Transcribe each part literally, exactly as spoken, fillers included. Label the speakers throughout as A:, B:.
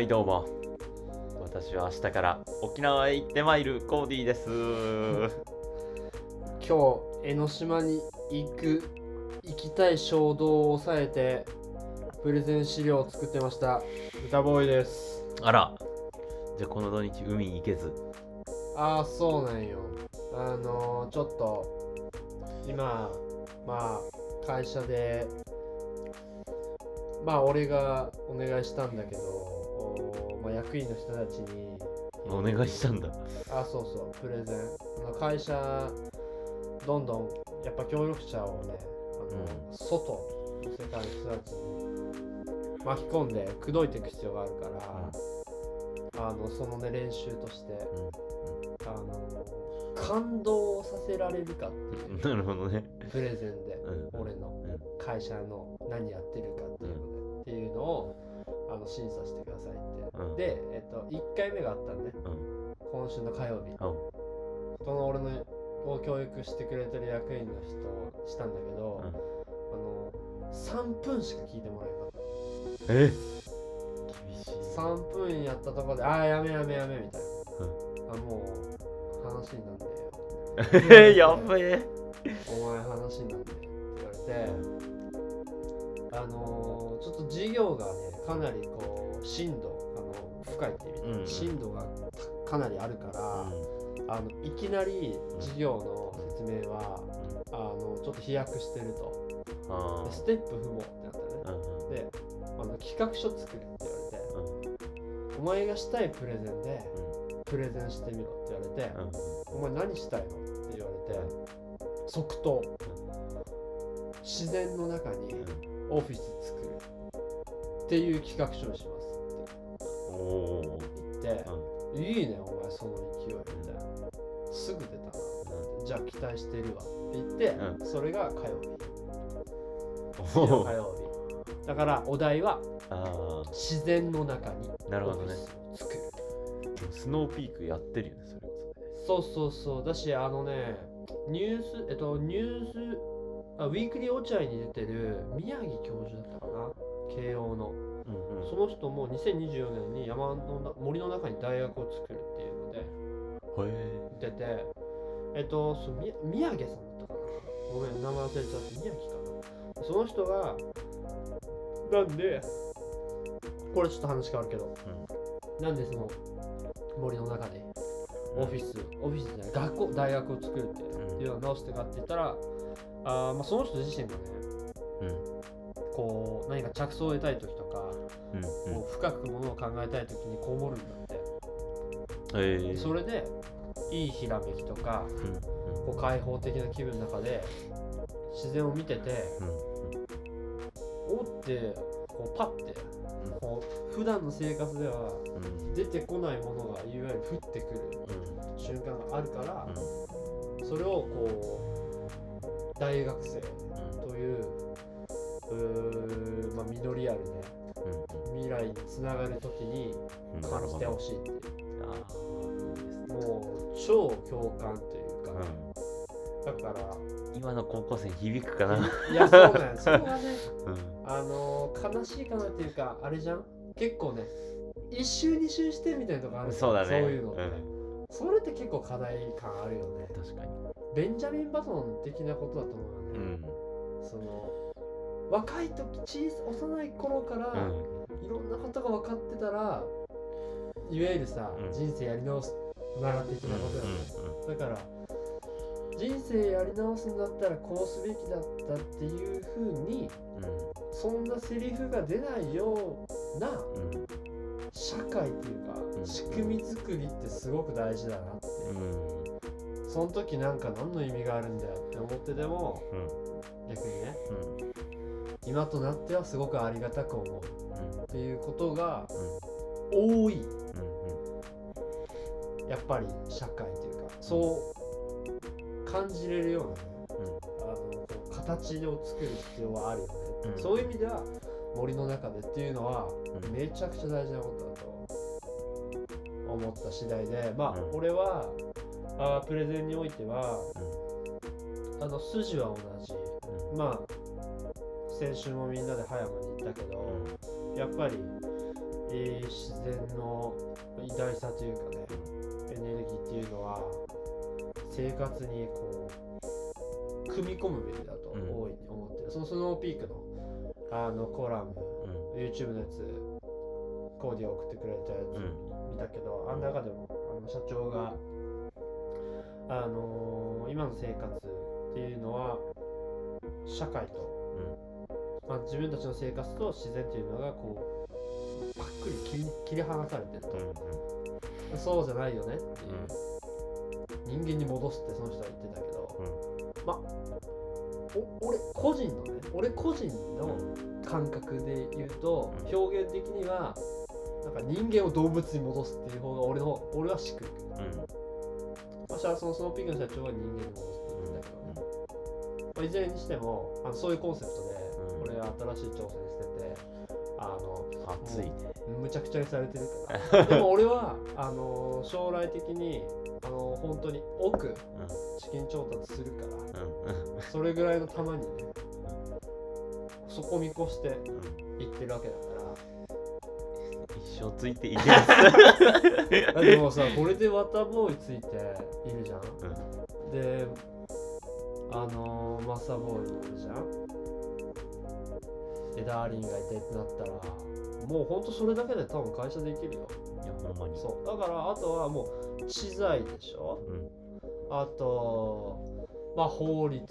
A: はいどうも、私は明日から沖縄へ行ってまいるコーディーです。
B: 今日江ノ島に行く行きたい衝動を抑えてプレゼン資料を作ってました。歌ボーイです。
A: あら、じゃあこの土日海に行けず。
B: ああ、そうなんよ。あのー、ちょっと今まあ会社でまあ俺がお願いしたんだけど、おまあ、役員の人たちに
A: お願いしたんだ。
B: あそうそうプレゼンあの会社どんどんやっぱ協力者をねあの、うん、外の世界の人たちに巻き込んで口説いていく必要があるから、うん、あのそのね練習として、うん、あの感動させられるかっていう、
A: なるほどね、
B: プレゼンで、うん、俺の会社の何やってるかっていうので、うん、っていうのをあの審査してくださいって、うん、で、えっと、いっかいめがあったんね、うん、今週の火曜日、うん、その俺のを教育してくれてる役員の人をしたんだけど、うん、あのさんぷんしか聞いてもらえなかった。
A: え厳しい。
B: さんぷんやったところであーやめやめやめみたいな、うん、あもう話になんでよ
A: えやべえ
B: お前話になんでって言われて、あのー、ちょっと授業がねかなりこう深度あの深いっていう意味で、うん、深度がかなりあるから、うん、あのいきなり授業の説明は、うん、あのちょっと飛躍してると、うん、でステップ踏もうってなったね、うん、であの企画書作れって言われて、うん、お前がしたいプレゼンで、うん、プレゼンしてみろって言われて、うん、お前何したいのって言われて、即答、自然の中にオフィス作るっていう企画書にしますって言って、うん、いいねお前その勢いみたいな、すぐ出たなって、じゃあ期待してるわって言って、うん、それが火曜日火曜日だからお題は自然の中にオフィスを作る。
A: スノーピークやってるよねそれこ
B: そ。そうそうそうだし、あのねニュースえっとニュースあウィークリーオチャイに出てる宮城教授だったかな、慶応の、うんうん、その人もにせんにじゅうよねんに山の森の中に大学を作るっていうので出て、えっとそみ宮城さんだったかな、ごめん名前忘れちゃって、宮城かな、その人がなんでこれちょっと話変わるけど、うん、なんでその森の中でオフィス、オフィスじゃない学校大学を作るっていうのを直してかって言ったら、あまあその人自身がね、うん、こう何か着想を得たい時とか、うんうん、こう深くものを考えたい時にこもるんだって、えー、それでいいひらめきとか、うんうん、こう開放的な気分の中で自然を見てて、うんうん、おってこうパッて、うん、こう普段の生活では出てこないものがいわゆる降ってくる瞬間があるから、うん、それをこう大学生という、うー、まあ、実りあるね、うん、未来につながるときに感じてほしいっていう、うん、もう超共感というか、うん、だから
A: 今の高校生に響くかな。
B: いやそうなんそれはね、うん、あのー、悲しいかなっていうかあれじゃん、結構ね一周二周してみたいなとこある、
A: そうだね、
B: そういうのって、うん、それって結構課題感あるよね。
A: 確かに
B: ベンジャミン・バトン的なことだと思うよね、うん、その若い時小さ幼い頃から、うん、いろんなことが分かってたらいわゆるさ、うん、人生やり直すなら的なことだよね、うんうん、だから人生やり直すんだったらこうすべきだったっていう風に、うん、そんなセリフが出ないような、うん、社会っていうか、うん、仕組み作りってすごく大事だなって、うん、その時なんか何の意味があるんだよって思ってても、うん、逆にね、うん、今となってはすごくありがたく思う、うん、っていうことが多い、うんうん、やっぱり社会というか、そう感じれるようなね、うん、あの形を作る必要はあるよね、うん、そういう意味では森の中でっていうのはめちゃくちゃ大事なことだと思った次第で、まあ、うん、俺はあプレゼンにおいては、うん、あの筋は同じ、うん、まあ先週もみんなで葉山に行ったけど、うん、やっぱりえー自然の偉大さというかね、エネルギーっていうのは生活にこう組み込むべきだと大いに思ってる、うん、そのスノーピークのあのコラム、うん、YouTube のやつコーディを送ってくれたやつ見たけど、うん、あの中でもあの社長があのー、今の生活っていうのは社会と、うんまあ、自分たちの生活と自然っていうのがこうパックリ切り、切り離されてると、うんうん、そうじゃないよねっていう、うん、人間に戻すってその人は言ってたけど、うん、まあお俺個人のね俺個人の感覚で言うと、うん、表現的にはなんか人間を動物に戻すっていう方が俺の俺はしっくりくる、うんまあ、そのスノーピークの社長は人間に戻すって言うんだけど、うんまあ、いずれにしてもあのそういうコンセプトで俺は新しい挑戦してて、あの
A: 熱いね
B: むちゃくちゃにされてるからでも俺はあの将来的にあの本当に億、うん、資金調達するから、うん、それぐらいの玉にね、うん、そこ見越していってるわけだから、
A: 一生ついていけます
B: でもさこれでワターボーイついているじゃん、うん、であのー、マッサーボーイいるじゃんでダーリンがいてってなったらもうほんとそれだけで多分会社できるよ。
A: いやほんまに
B: そうだからあとはもう知財でしょ、うん、あとまあ法律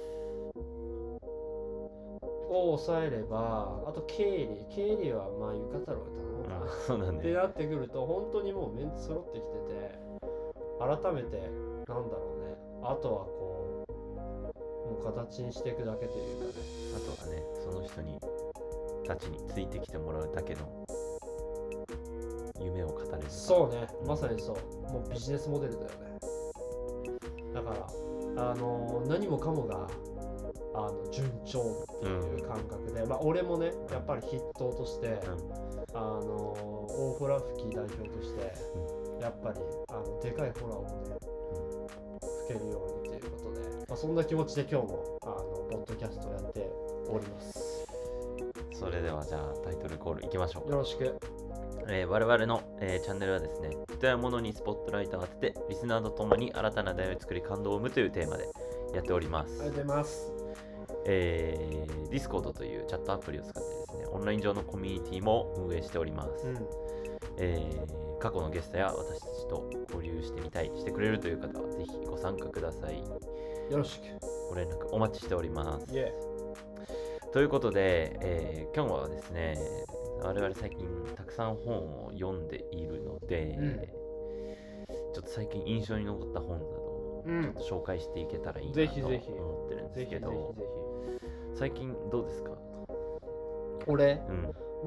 B: を抑えれば、あと経理経理はまあ浴衣太郎が頼むかな、うん、そうだねってなってくると本当にもうメンツ揃ってきてて、改めてなんだろうね、あとはこうもう形にしていくだけというかね、
A: あとはねその人にたちについてきてもらうだけの夢を語れる。
B: そうね、まさにそう、もうビジネスモデルだよね。だからあのー、何もかもがあの順調っていう感覚で、うん、まあ俺もねやっぱり筆頭として、うん、あのー、大フラ吹き代表として、うん、やっぱりあのでかいホラーをね、吹けるようにということで、まあ、そんな気持ちで今日もあのポッドキャストをやっております。
A: それではじゃあタイトルコールいきましょう。
B: よろしく。
A: えー、我々の、えー、チャンネルはですね、人や物にスポットライトを当ててリスナーと共に新たな出会いを作り感動を生むというテーマでやっております。
B: ありがとうございます。
A: えー、Discord というチャットアプリを使ってですね、オンライン上のコミュニティも運営しております。うんえー、過去のゲストや私たちと交流してみたい、してくれるという方はぜひご参加ください。
B: よろしく。
A: ご連絡お待ちしております。
B: Yeah.
A: ということで、えー、今日はですね、我々最近たくさん本を読んでいるので、うん、ちょっと最近印象に残った本などをちょっと紹介していけたらいいなと思ってるんですけど、ぜひぜひぜひ最近どうですか？
B: 俺、うん、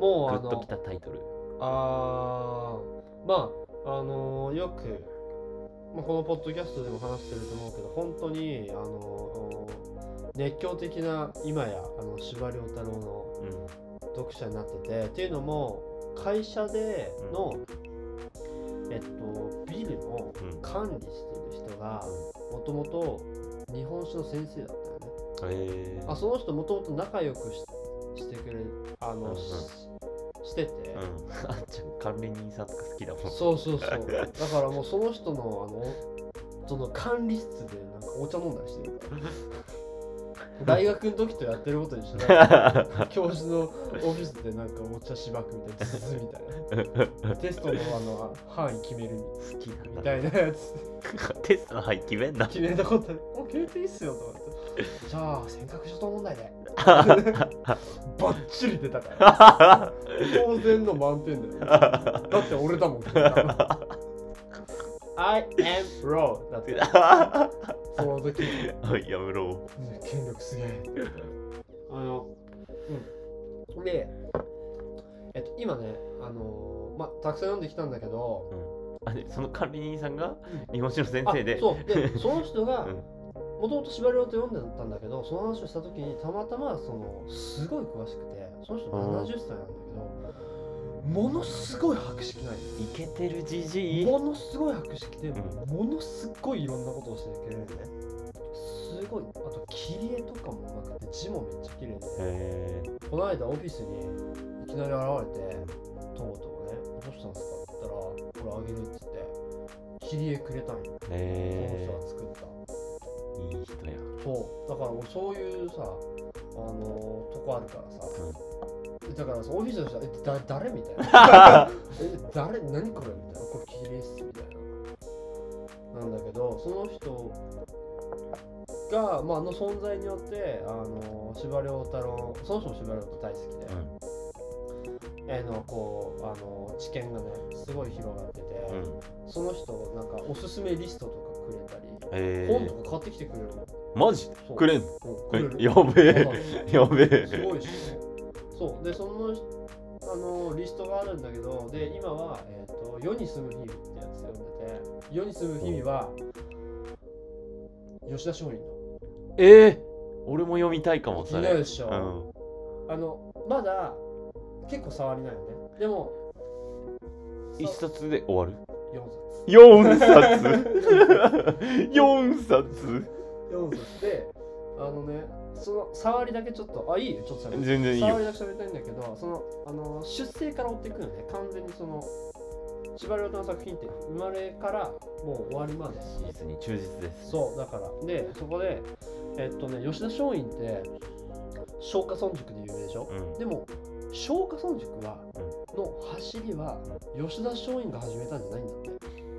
B: もうあの
A: グッときたタイトル。
B: あーまああのー、よく、まあ、このポッドキャストでも話してると思うけど、本当にあのー、熱狂的な今やあの司馬遼太郎の、うん読者になってて、っていうのも会社での、うん、えっとビルの管理してる人がもともと日本史の先生だったよね。へー。あその人もともと仲良く し, してくれるあの、うんうん、し, してて、
A: うん、あっちゃん管理人さんとか好きだもん。
B: そうそうそう。だからもうその人のあのその管理室でなんかお茶飲んだりしてるから。大学の時とやってることに一緒だ教授のオフィスでなんかお茶しばくみたいなズズみたいなテストのあの範囲決める
A: 好きなんだ
B: みたいなやつ
A: テストの範囲決めんな
B: 決めたこともう決めていいっすよと思ってじゃあ尖閣諸島問題でバッチリ出たから当然の満点だよだって俺だもんI am raw だってその時
A: やめろ
B: 権力すげえあのうんでえっと今ねあのー、またくさん読んできたんだけど、
A: うん、あでその管理人さんが日本史の先生で、
B: うん、そうでその人がもともと司馬遼太読んでたんだけど、その話をした時にたまたまそのすごい詳しくて、その人ななじゅっさいなんだけどものすごい博識ない
A: イケてるじじい
B: ものすごい博識で、うん、ものすごいいろんなことをしてくれるね。すごい。あと切り絵とかもうまくて字もめっちゃ綺麗で、この間オフィスにいきなり現れてとうとうどうしたんですかって言ったら、これあげるって言って切り絵くれたんよ。
A: へ
B: その人が作った。
A: いい人や。
B: そうだから俺そういうさ、あのー、とこあるからさ、うん、だからさオフィスの人はえだ誰みたいなえ誰何これみたいな、これ切り絵っすみたいななんだけど、その人が、まあ、あの存在によって、あの司馬遼太郎、その人も司馬遼太郎大好きで、うん、えのこうあの知見がねすごい広がってて、うん、その人なんかおすすめリストとかくれたり、えー、本とか買ってきてくれるの。
A: マジくれんの、
B: うん、くれる。
A: やべえやべえ、
B: すごいし、そうでそのあのリストがあるんだけど、で今は、えーと、世に住む日々ってやつ読んでて、世に住む日々は、うん、吉田松陰の。
A: えー、俺も読みたいかも。
B: それ気になるでしょ、うん、あのまだ結構触りないよね。でも
A: 一冊で終わる。
B: よんさつ
A: よんさつ
B: よんさつで、あのね、その触りだけちょっと、あ、いいよ、ちょっと
A: 全然いいよ。
B: 触りだけ喋りたいんだけど、その、あの、出生から追っていくよね。完全にその、司馬遼太郎の作品って生まれからもう終わりまで。
A: 実に忠実です、ね。
B: そう、だから。で、そこで、えっとね、吉田松陰って、松下村塾で有名でしょ、うん、でも、松下村塾は、うん、の走りは、吉田松陰が始めたんじゃないんだって。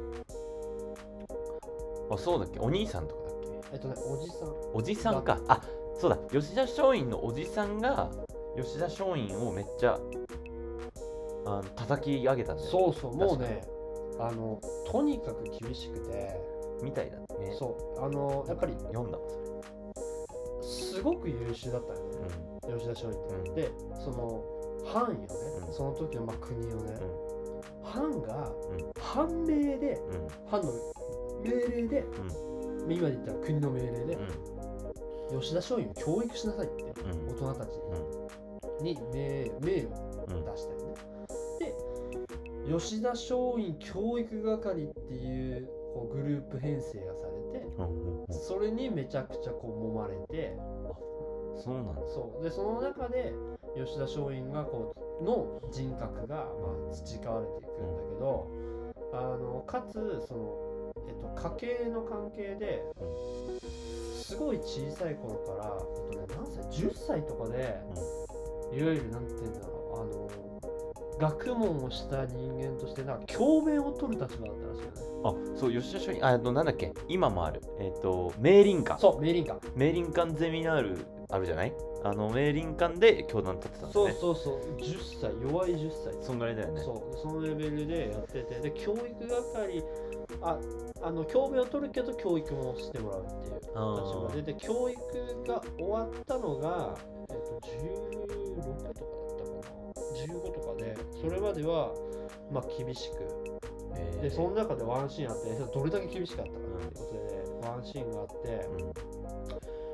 A: あ、そうだっけ、お兄さんとかだっけ。
B: えっとね、おじさん。
A: おじさんか。あ、そうだ、吉田松陰のおじさんが吉田松陰をめっちゃあの叩き上げたんだよ。
B: そうそう、もうね、あのとにかく厳しくて
A: みたいだね。
B: そう、あのやっぱり
A: 読んだわそ
B: れ。すごく優秀だったよね、うん、吉田松陰って、うん、で、その藩よね、うん、その時のまあ国をね、うん、藩が、うん、藩命で、うん、藩の命令で、うん、今で言ったら国の命令で、うん、吉田松陰を教育しなさいって、うん、大人たちに、うん、命, 命を出したよね、うん、で吉田松陰教育係っていう、こうグループ編成がされて、うん、それにめちゃくちゃこう揉まれて、
A: そうなんだ。
B: そうで、その中で吉田松陰がこうの人格がまあ培われていくんだけど、うん、あのかつそのえっと、家系の関係で、すごい小さい頃から、えっとね、何歳 ?じゅっさいとかで、うん、いわゆるなんていうんだろう、あの学問をした人間としてなんか教鞭を取る立場だったらしいよね。
A: あ、そう、吉田松陰、あのなんだっけ、今もある、えっと明倫館。
B: そう、明倫館。
A: 明倫館ゼミナールあるじゃない。あの明倫館で教団立ってたんだね。
B: そうそうそう、じゅっさい、弱いじゅっさい。
A: そんぐらいだよね。
B: そう、そのレベルでやってて、で教育係、あ、あの教鞭を取るけど教育もしてもらうっていう立場で、で教育が終わったのが、えっと、じゅうろくとかだったかな、じゅうごとかで、それまではまあ厳しく、えー、でその中でワンシーンあって、どれだけ厳しかったかっていうことで、ワンシーンがあって、うん、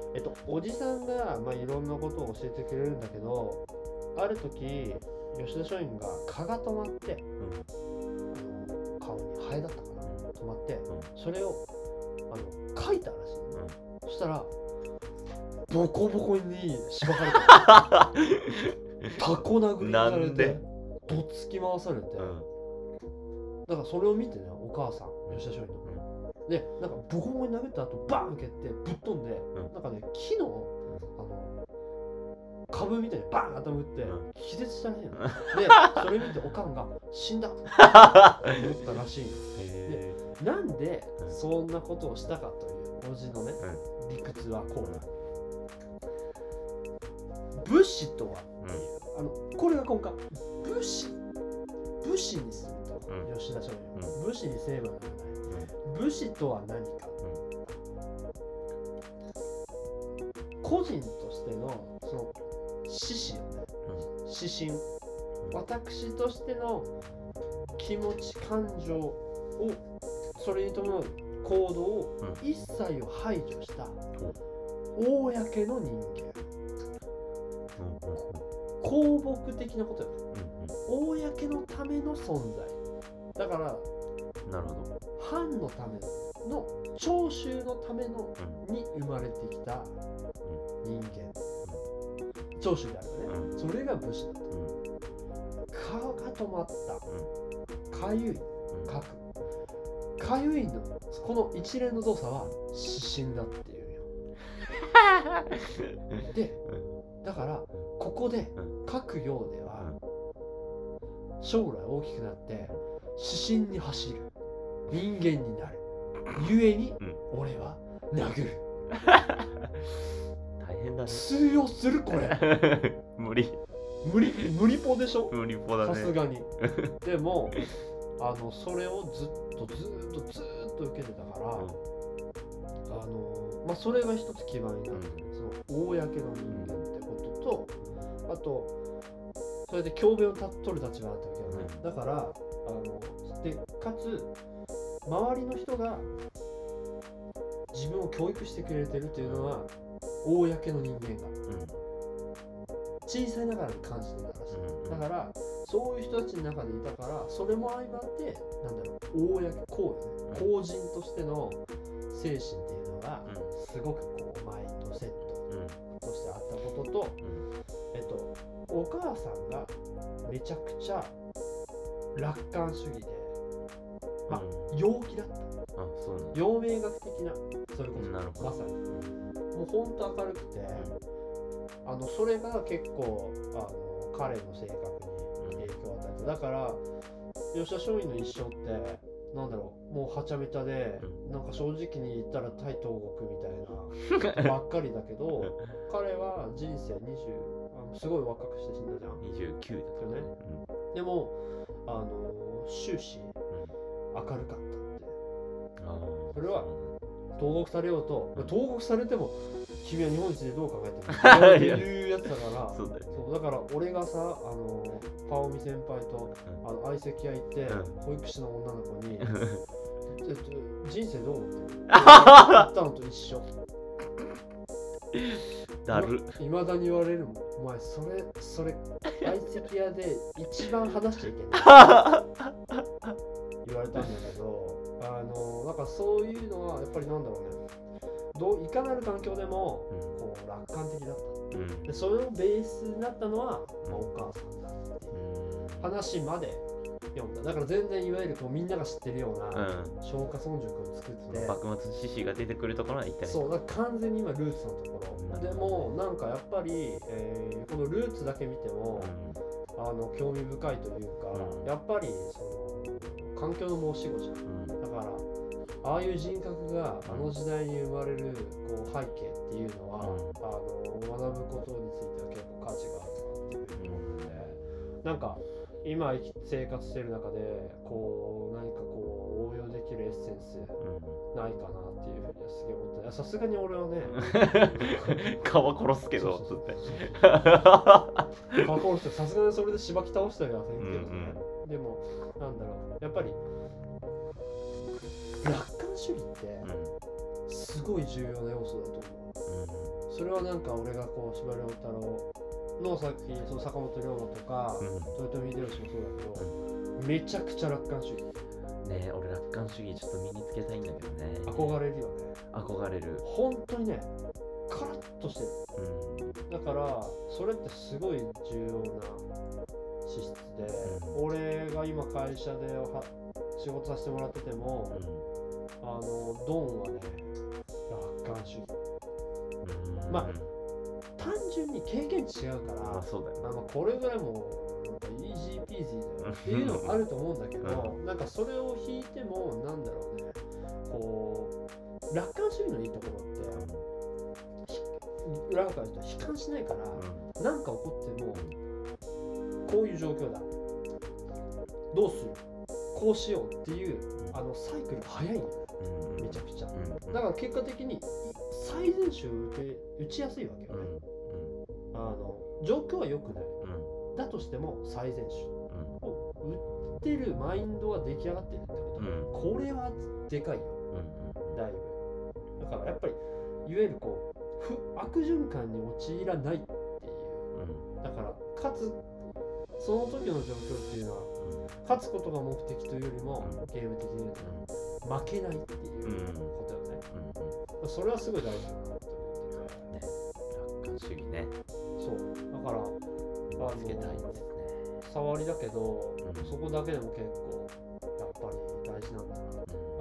B: えっとおじさんがまあいろんなことを教えてくれるんだけど、ある時吉田松陰が蚊が止まって、うん、あの顔にハエだったかな、止まって、うん、それをあの書いたらしい、うん、そしたらボコボコにしばかれてタコ殴りされてどつき回されて、うん、だからそれを見てね、お母さん吉田松陰の、うん、でなんかボコボコに殴った後バーン蹴ってぶっ飛んで、うん、なんかね木の、うん、あの株みたいにバーン頭打って気絶したらしいの、うん、でそれ見ておかんが死んだって思ったらしいので、なんでそんなことをしたかというおじのね、うん、理屈はこうな、武士とは、うん、あのこれが根幹、武士武士にすると、うん、吉田松陰、うん、武士にせねばならない、うん、武士とは何か、うん、個人としてのその志士よね、うん、指針、私としての気持ち感情を、それに伴う行動を、うん、一切を排除した公の人間、公僕的なことよ、うんうん、公のための存在だから、
A: なるほど、
B: 藩のための長州のための、うん、に生まれてきた人間、うん、長州であるよね、うん、それが武士だと、うん、顔が止まった、 かゆいかくかゆいのこの一連の動作は指針だっていうよでだからここで書くようでは将来大きくなって指針に走る人間になるゆえに俺は殴る
A: 大変だね。
B: 通用するこれ
A: 無理
B: 無理無理ポでしょ。
A: 無理ポだね。
B: さすがにでもあのそれをずっとずっとずっと受けてたから、うん、あのまあそれが一つ基盤になって、うん、その公の人間ってことと、あとそれで教鞭を取る立場だったわけよね、うん、だからあのでかつ周りの人が自分を教育してくれてるっていうのは公の人間が、うん、小さいながらに感じてたらしい、うん、だからそういう人たちの中でいたからそれも相まってなんだろう公公よね、公人としての精神っていうのがすごくこうマインドセットとしてあったことと、うん、えっとお母さんがめちゃくちゃ楽観主義で、まあ、うん、陽気だった。
A: あ、そうなんだ。
B: 陽明学的なそれこそ、
A: なるほど。
B: まさにもうほんと明るくて、うん、あのそれが結構あの彼の性格に影響を与えた。だから吉田松陰の一生ってなんだろう、もうはちゃめちゃで、うん、なんか正直に言ったら対東国みたいなばっかりだけど彼は人生にじゅうあのすごい若くして死んだじゃん。
A: にじゅうきゅうだった
B: ね、うん、でもあの終始明るかったって。あ、それは投獄されようと、うん、投獄されても君は日本一でどう考えてるっていうやつだから
A: そうだよね。
B: そうだから俺がさあのパオミ先輩と、うん、あの相席屋行って、うん、保育士の女の子に人生どう思ってるって言ったのと一緒。
A: だる。
B: いまだに言われるもん。お前それそれ相席屋で一番話しちゃいけない言われたんだけど、あのなんかそういうのはやっぱりなんだろうね、どういかなる環境でも、うん、こう楽観的だった、うん、でそれをベースになったのは、うん、まあ、お母さんだっていう話まで読んだ。だから全然いわゆるこうみんなが知ってるような松下村塾を作って、
A: うん、幕末志士が出てくるところは一体
B: そうだから完全に今ルーツのところ、うん、でもなんかやっぱり、えー、このルーツだけ見ても、うん、あの興味深いというか、うん、やっぱりその環境の申し子じゃん、うん、だからああいう人格があの時代に生まれるこう背景っていうのは、うん、あの学ぶことについては結構価値があるなっていうふうに思うので、なんか今生活してる中でこう何かこう応用できるエッセンスないかなっていうふうにはすげえ思って、さすがに俺はね
A: 皮殺すけどつって
B: 皮殺すさすがにそれでしばき倒したりはせんけどね、うんうん、でもなんだろう、やっぱり楽観主義ってすごい重要な要素だと思う、うん、それはなんか俺がこう司馬遼太郎の作品、その坂本龍馬とか、うん、豊臣秀吉もそうだけど、うん、めちゃくちゃ楽観主義ね。
A: え、俺楽観主義ちょっと身につけたいんだけどね。
B: 憧れるよね。
A: 憧れる。
B: 本当にね、カラッとしてる、うん、だからそれってすごい重要な資質で、うん、俺が今会社では仕事させてもらってても、うん、あのドンはね楽観主義、うん、まあ単純に経験値違うから、
A: まあそうだよね、
B: あのこれぐらいもなんかイージーピージーだよっていうのもあると思うんだけど、うん、なんかそれを引いてもなんだろうね、こう楽観主義のいいところって、うん、裏から言うと悲観しないから、うん、なんか起こってもこういう状況だ、どうする、こうしようっていう、うん、あのサイクルが早いんだよね、うん、めちゃくちゃ、うん、だから結果的に最善手を打て打ちやすいわけよね、うん、あの状況は良くない、うん、だとしても最善手を打ってるマインドが出来上がってるってこと、うん、これはでかいよ、うん、だいぶ。だからやっぱりいわゆるこう不悪循環に陥らないっていう、だからかつその時の状況っていうのは、うん、勝つことが目的というよりも、うん、ゲーム的に言うと、うん、負けないっていうことよね、うんうん、それはすごい大事だなって思ってて、ね、
A: 楽観主義ね。
B: そうだから
A: つけたいですね。
B: 触りだけど、うん、そこだけでも結構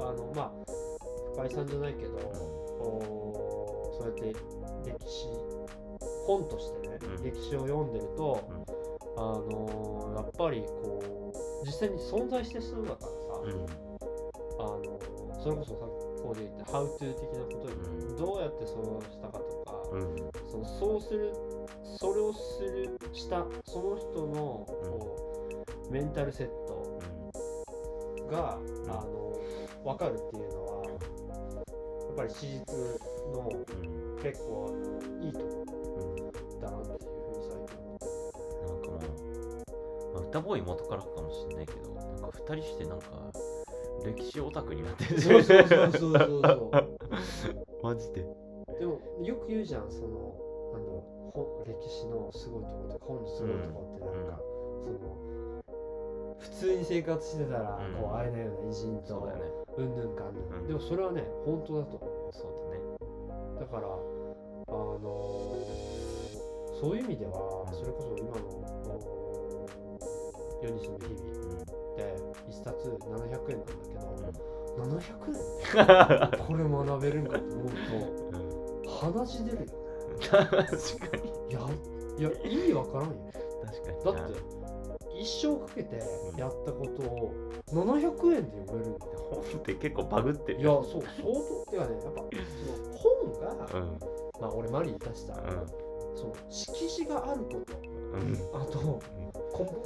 B: あのまあ深井さんじゃないけど、うん、おそうやって歴史本としてね、うん、歴史を読んでると、うん、あのやっぱりこう実際に存在してそうだからさ、うん、あのそれこそさこうで言った How to 的なことに、うん、どうやってそうしたかとか、うん、そのそうするそれをするしたその人のこう、うん、メンタルセットが、うん、あの分かるっていうのはやっぱり史実の、うん、結構いいところだなっていうふうに最近思ってる。
A: なんかもう、まあ、歌ボーイ元からかもしれないけどなんかふたりしてなんか歴史オタクになってる。
B: そうそうそうそうそうそう
A: マジで。
B: でもよく言うじゃんそのなんだろう歴史のすごいところとか本のすごいところってなんか、うん、その普通に生活してたらこう会えないような偉人とうんぬんかんぬん、うん、でもそれはね本当だと思う。
A: そうだね。
B: だからあのー、そういう意味ではそれこそ今の世に住む日々って一冊ななひゃくえんなんだけど、うん、ななひゃくえんこれ学べるんかと思うと、うん、鼻血出るよね。
A: 確かに。
B: いや、いや意味わからんよ。
A: 確かに。
B: だって一生かけてやったことをななひゃくえんで読めるんだよ。
A: 本って結構バグってる。
B: いや、そう、相当ってかね、やっぱその本が、うん、まあ俺マリに出した、うん、その色紙があること、うん、あと、うん、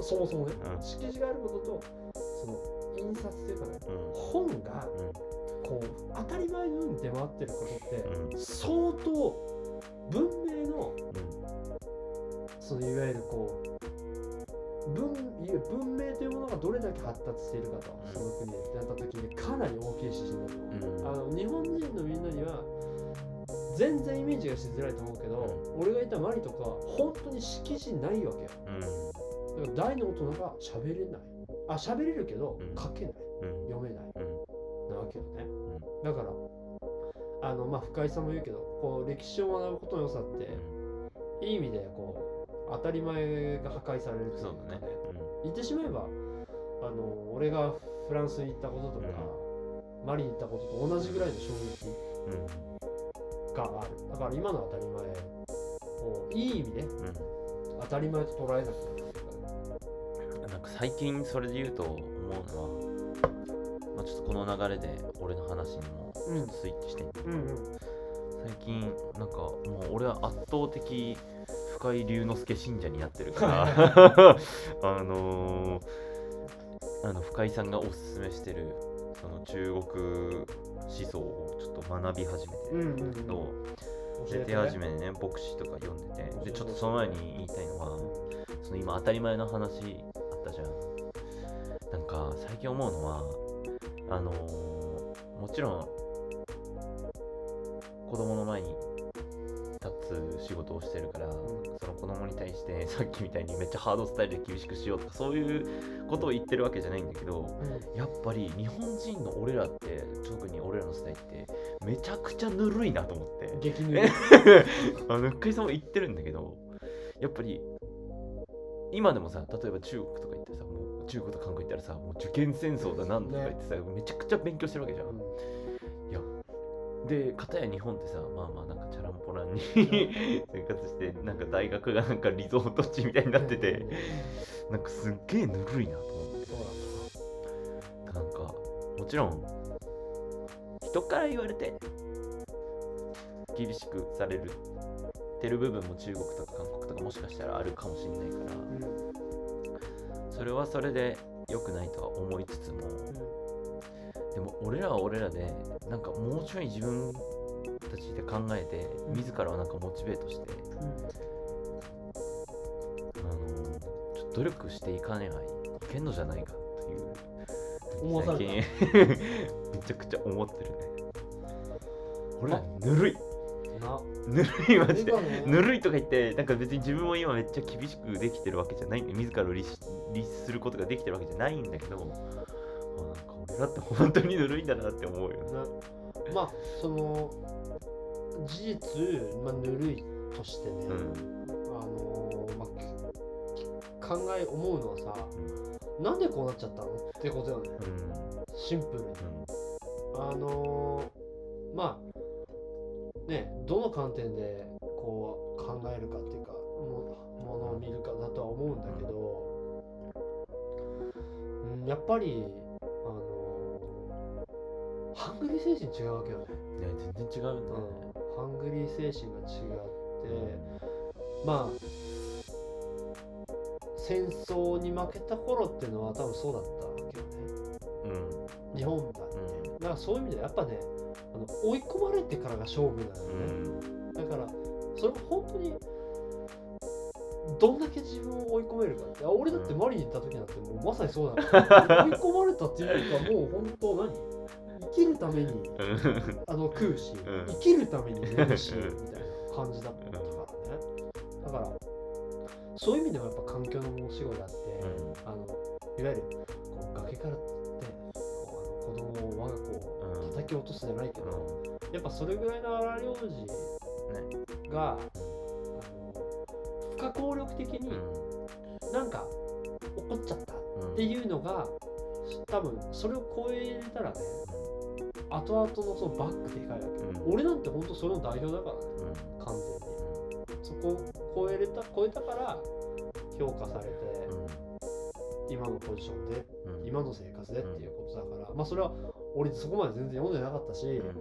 B: そもそもね、うん、色紙があることと、その印刷っていうかね、うん、本が、うん、こう当たり前のように出回ってることって、うん、相当文明の、うん、そのいわゆるこう文, 文明というものがどれだけ発達しているかと、うん、その国でやった時にかなり大きい指針だと思う、うん、あの日本人のみんなには全然イメージがしづらいと思うけど、うん、俺がいたマリとか本当に色紙ないわけよ、うん、だから大の大人が喋れないあ喋れるけど、うん、書けない、うん、読めない、うん、なわけよね、うん、だからあのまあ深井さんも言うけどこう歴史を学ぶことの良さって、うん、いい意味でこう当たり前が破壊されるっていうかね、そうだね、うん、言ってしまえばあの俺がフランスに行ったこととか、うん、マリに行ったことと同じぐらいの衝撃がある、だから今の当たり前をいい意味で、うん、当たり前と捉えなくなるっていうかね。
A: なんか最近それで言うと思うのは、まあ、ちょっとこの流れで俺の話にもスイッチしてみて、うんうんうん、最近なんかもう俺は圧倒的深井龍之介信者になってるからあのー、あの深井さんがおすすめしてるその中国思想をちょっと学び始めてるんだけど、うんうんうん、で手始めでね牧師とか読んでて、でちょっとその前に言いたいのはその今当たり前の話あったじゃん。なんか最近思うのはあのー、もちろん子供の前に立つ仕事をしてるから、うん、その子供に対してさっきみたいにめっちゃハードスタイルで厳しくしようとかそういうことを言ってるわけじゃないんだけど、うん、やっぱり日本人の俺らって特に俺らの世代ってめちゃくちゃぬるいなと思って
B: 激ぬるい
A: あの深井さんも言ってるんだけど、やっぱり今でもさ、例えば中国とか行ってさ、もう中国と韓国行ったらさ、もう受験戦争だなんとか言ってさ、ね、めちゃくちゃ勉強してるわけじゃん、うん、いやで、片や日本ってさ、まあまあなんかチャランポランに生活して、なんか大学がなんかリゾート地みたいになってて、なんかすっげえぬるいなと思って。そうなんか、もちろん、人から言われて、厳しくされるってる部分も中国とか韓国とかもしかしたらあるかもしれないから、うん、それはそれで良くないとは思いつつも、うんでも俺らは俺らでなんかもうちょい自分たちで考えて自らをなんかモチベートして、うん、あのちょっと努力していかねばいけんのじゃないかっていう最近めちゃくちゃ思ってるね。俺らぬるいぬるいマジで、ね、ぬるいとか言ってなんか別に自分も今めっちゃ厳しくできてるわけじゃないんで、自らを律することができてるわけじゃないんだけど、だって本当にぬるいんだなって思うよね。
B: まあその事実、まあ、ぬるいとしてね、うん、あのーまあ、考え思うのはさ、うん、なんでこうなっちゃったのってことよね、うん、シンプルに、うん、 あのー、まあねどの観点でこう考えるかっていうかものを見るかだとは思うんだけど、うん、やっぱりあのー、ハングリー精神違うわけよね。
A: ね全然違うんだね、
B: うん、ハングリー精神が違って、まあ戦争に負けた頃っていうのは多分そうだったわけよね、うん、日本だって、うん、だからそういう意味ではやっぱねあの追い込まれてからが勝負なのよね、うん、だからそれも本当にどんだけ自分を追い込めるかって、あ俺だってマリに行った時なんてもうまさにそうだから追い込まれたっていうかもう本当何生きるためにあの食うし、うん、生きるために寝るしみたいな感じだったからね。だからそういう意味でもやっぱ環境の申し子であって、うん、あのいわゆるこう崖からってこうあの子供を我が子を叩き落とすじゃないけど、うん、やっぱそれぐらいの荒領事が、ね、あの不可抗力的になんか怒っちゃったっていうのが、うん、多分それを超えれたらね後々のそのバックでかいわけ、うん、俺なんて本当それの代表だからね、うん、完全にそこを超えれた超えたから評価されて、うん、今のポジションで、うん、今の生活でっていうことだから、うん、まあそれは俺そこまで全然読んでなかったし、うん、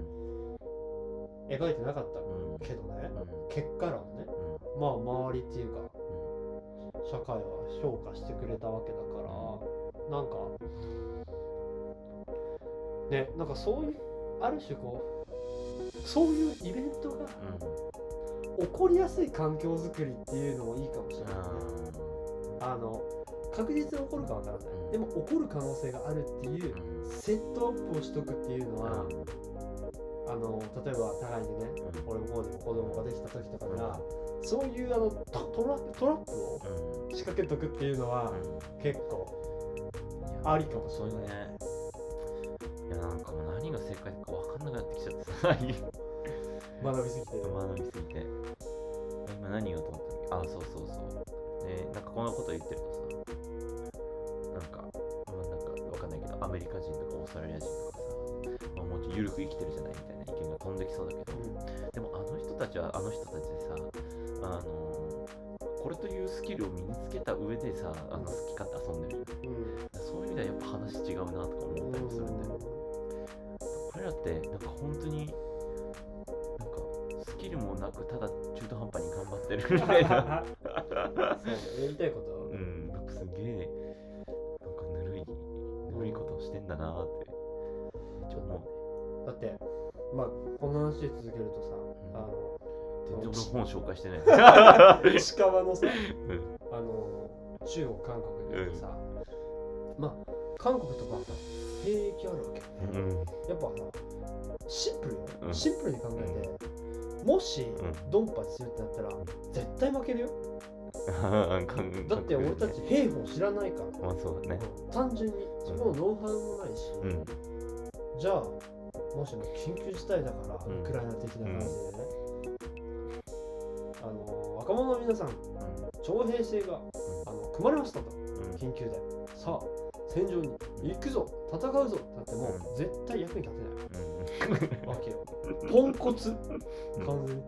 B: 描いてなかったけどね、うん、結果論ね、うん、まあ周りっていうか、うん、社会は評価してくれたわけだから、なんかね、なんかそういうある種こうそういうイベントが、うん、起こりやすい環境づくりっていうのもいいかもしれないね。あの確実に起こるかわからない、うん、でも起こる可能性があるっていうセットアップをしとくっていうのは、うん、あの例えば互いにね、うん、俺もこうでも子供ができた時とかには、うん、そういうあのトラ、トラップを仕掛けとくっていうのは、うん、結構ありかもしれない、ね。
A: いやなんかもう何が正解か分かんなくなってきちゃってさ
B: 学びすぎて
A: 学びすぎて今何言おうと思ったんだっけ。あそうそうそうでなんかこんなこと言ってるとさなんかまあなんか分かんないけどアメリカ人とかオーストラリア人とかさ、まあ、もうちょっと緩く生きてるじゃないみたいな意見が飛んできそうだけど、うん、でもあの人たちはあの人たちでさあのこれというスキルを身につけた上でさあの好き勝手遊んでるじゃん、うん、そういう意味ではやっぱ話違うなとか思ったりするんだよ、うん、これらってなんか本当になんかスキルもなくただ中途半端に頑張ってるみたいな
B: そうやりたいこと
A: うんなんかすげえなんかぬるいぬるいことをしてんだなってちょっと思うね。
B: だってまあこの話で続けるとさ、うん、あの
A: 全然俺本紹介してない
B: 近場のさ、うん、あの中国韓国で言うとさ、うん、まあ韓国とかさ兵役あるわけ、うん、やっぱさシンプルよ、うん、シンプルに考えて、うん、もし、うん、ドンパチするってなったら、うん、絶対負けるよだって俺たち兵法知らないから、
A: まあそうだね、
B: 単純にそこのノウハウもないし、うん、じゃあもしも緊急事態だから、うん、ウクライナ的な感じでね、うん、あの若者の皆さん、うん、徴兵制が、うん、あの組まれましたと、うん、緊急でさあ戦場に行くぞ戦うぞだってもう、うん、絶対役に立てない、うん、わけよポンコツ完全に、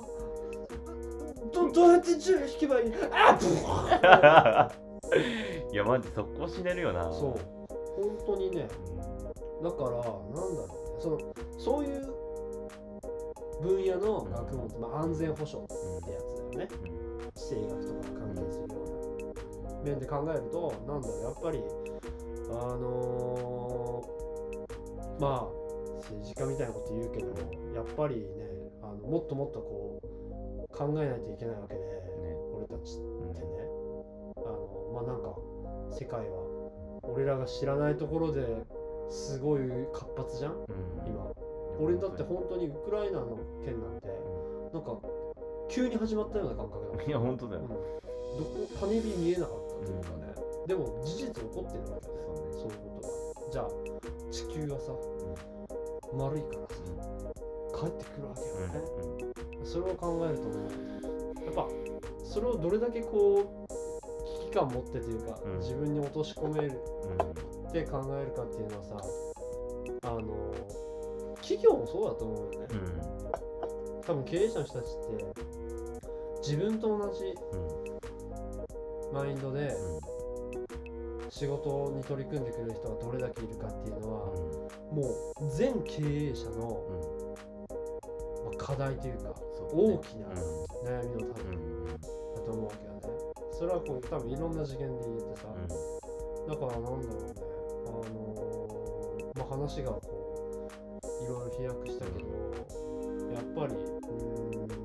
B: ど, どうやって銃引けばいいあっ
A: いやマジ速攻死ねるよな。
B: そう本当にね、うん、だからなんだろうねそのそういう分野の学問、うんまあ、安全保障ってやつだよね、うん、地政学とかが関係するような面で考えるとなんだろうやっぱりあのー、まあ政治家みたいなこと言うけどやっぱりねあのもっともっとこう考えないといけないわけで、ね、俺たちってね、うん、あのまあなんか世界は俺らが知らないところですごい活発じゃん、うん、今俺だって本当にウクライナの件なんて、うん、なんか急に始まったような感覚だもん。
A: いや本当だよ、うん、
B: どこ種火見えなかったというかね、うん、でも事実起こってるわけだよね、そういうことが。じゃあ地球はさ、うん、丸いからさ、うん、帰ってくるわけよね、うんうん、それを考えるとねやっぱそれをどれだけこう危機感持ってというか、うん、自分に落とし込めるって考えるかっていうのはさあの企業もそうだと思うよね、うん、多分経営者の人たちって自分と同じマインドで仕事に取り組んでくれる人がどれだけいるかっていうのは、うん、もう全経営者の、うんまあ、課題というか、ね、大きな悩みの種だと思うわけよね。それはこう多分いろんな次元で言ってさ、うん、だからなんだろうね、あのー、まあ話がこういろいろ飛躍したけど、やっぱりうーん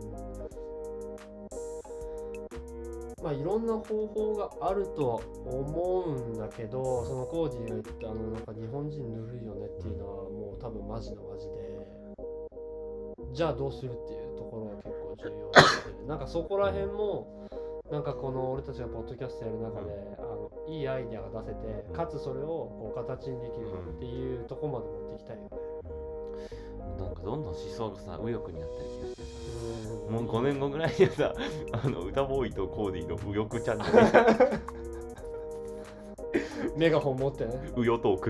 B: まあいろんな方法があるとは思うんだけど、そのコーディが言ったあのなんか日本人ぬるいよねっていうのはもう多分マジのマジで、じゃあどうするっていうところが結構重要で、なんかそこら辺もなんかこの俺たちがポッドキャストやる中であのいいアイデアが出せて、かつそれをこう形にできるっていうところまで持っていきたいよね。
A: なんかどんどん思想がさ右翼になってる気がしてさ、もうごねんごぐらいにはさ、あの歌ボーイとコーディの右翼チャンネル
B: メガホン持ってね、
A: 右翼トーク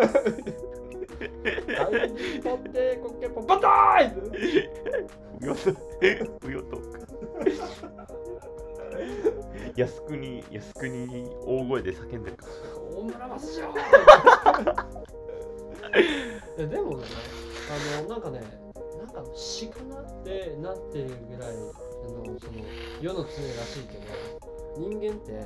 B: 大事取ってコッケポバターイ
A: 右翼トーク靖国靖国に大声で叫んでるから
B: 大村マスじゃいやでもね、あのなんかね、なんか詩かなってなってるぐらいあのその世の常らしいけど、人間って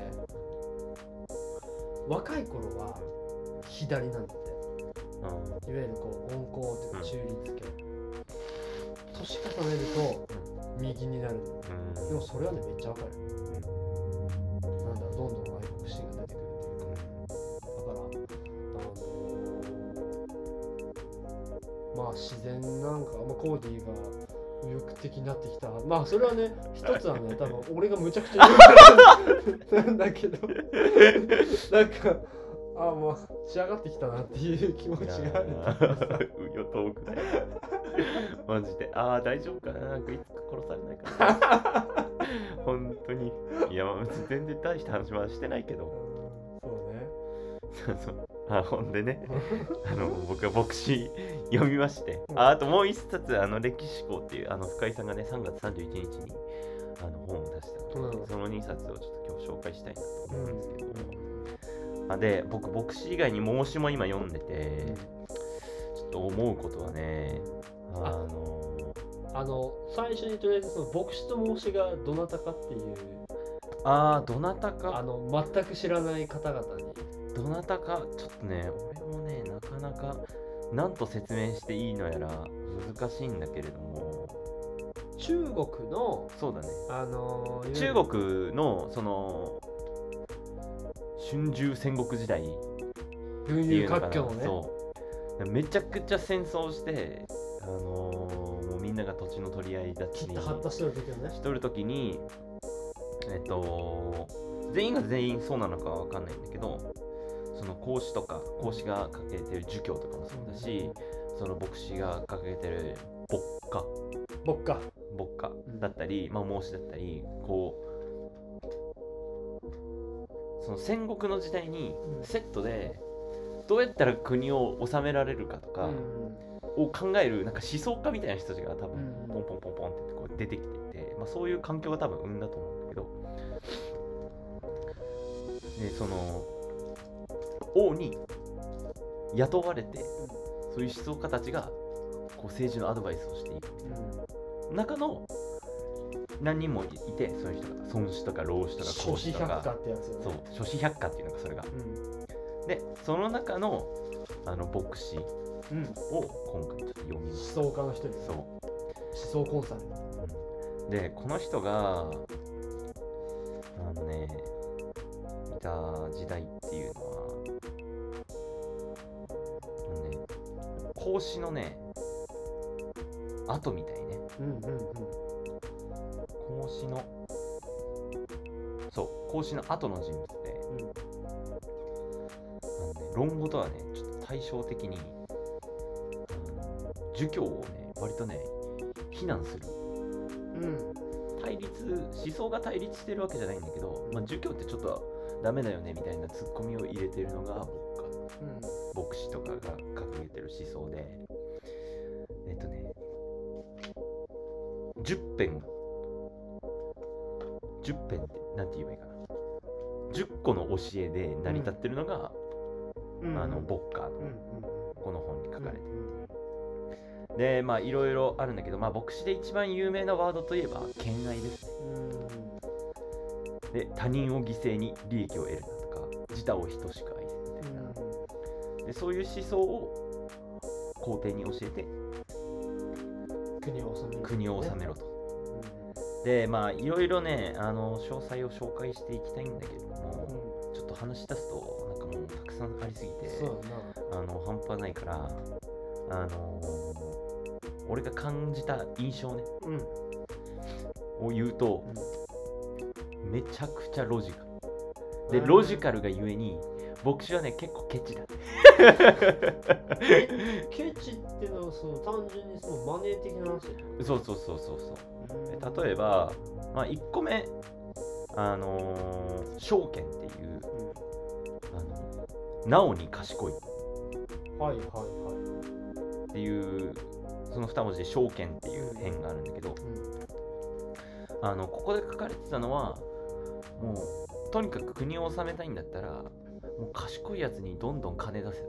B: 若い頃は左なんだって、うん、いわゆるこう温厚というか中立系、年重ねると右になる、うん、でもそれはねめっちゃわかる、うん、なんだろう、どんどん愛国心が出てくるというか、だからあのー、まあ自然なんか、まあ、コーディが右翼的になってきた、まあそれはね一つはね多分俺がむちゃくちゃ言うなんだけどなんかあまあ仕上がってきたなっていう気持ちがある
A: 右翼トークマジでああ大丈夫かな、なんかいつか殺されないかな本当にいや全然大した話はしてないけど
B: そうね
A: そうそうあほんでねあの僕は牧師読みまして、うん、あ, あともう一冊あの歴史校っていうあの深井さんがねさんがつさんじゅういちにちにあの本を出したので、うん、そのにさつをちょっと今日紹介したいなと思うんですけど、うん、あで僕牧師以外に孟子も今読んでてちょっと思うことはね、あの
B: あの最初にとりあえずその牧師と孟子がどなたかっていう
A: ああどなたか
B: あの全く知らない方々に
A: どなたかちょっとね俺もねなかなか何と説明していいのやら難しいんだけれども、
B: 中国の
A: そうだね
B: あのー、
A: 中国のその春秋戦国時代
B: 群雄割拠のね、
A: そうめちゃくちゃ戦争してあのー、もうみんなが土地の取り合いだったり
B: 切った張ったしとる時ね
A: しとる時にえっと全員が全員そうなのかわかんないんだけど、その孔子とか孔子が掲げてる儒教とかもそうだし、うん、その牧師が掲げてる牧歌
B: 牧歌
A: 牧歌だったり、うん、まあ孟子だったり、こうその戦国の時代にセットでどうやったら国を治められるかとかを考えるなんか思想家みたいな人たちが多分ポンポンポンポンってこう出てきてて、まあ、そういう環境が多分生んだと思うんだけど、でその王に雇われて、そういう思想家たちがこう政治のアドバイスをしていくみたいな、うん、中の何人もいて、そういう人が孫子とか老子とか孔子とか、
B: 諸子百科ってやつよね。
A: そう諸子百科っていうのがそれが、うん、でその中のあの牧師を今回ちょっと読みました。
B: 思想家の一人、
A: そう
B: 思想コンサル、
A: うん、でこの人があのねいた時代っていうのは孔子のね後みたいね、うんうんうん、孔子のそう孔子の後の人物で、うん、あのね、論語とはねちょっと対照的に儒教をね割とね非難する、うん、対立思想が対立してるわけじゃないんだけど、まあ、儒教ってちょっとダメだよねみたいなツッコミを入れてるのが牧師とかが掲げてる思想で、 えっとねじゅっぺんじゅっぺんってなんて言えばいいかな、じゅっこの教えで成り立ってるのが、うん、あのボッカーのこの本に書かれてる、うん、でまあいろいろあるんだけど、まあ、牧師で一番有名なワードといえば兼愛ですね、うん、で他人を犠牲に利益を得るなとか自他を等しく愛するみたいな、うん、でそういう思想を皇帝に教えて
B: 国を治めろ、
A: 国を治めろと、うん、でまあいろいろねあの詳細を紹介していきたいんだけども、うん、ちょっと話し出すとなんかもうたくさんありすぎてあの半端ないからあのー、俺が感じた印象ね、うん、を言うと、うん、めちゃくちゃロジカルで、ロジカルがゆえに牧師はね結構ケチだ
B: ケチってのはその単純にそのマネー的な話。
A: そうそうそうそうそう。例えば、まあ、いっこめあのー、証券っていう、うん、あのなおに賢い
B: はいはいはい
A: っていうそのに文字で証券っていう編があるんだけど、うん、あのここで書かれてたのはもうとにかく国を治めたいんだったらもう賢いやつにどんどん金出せと、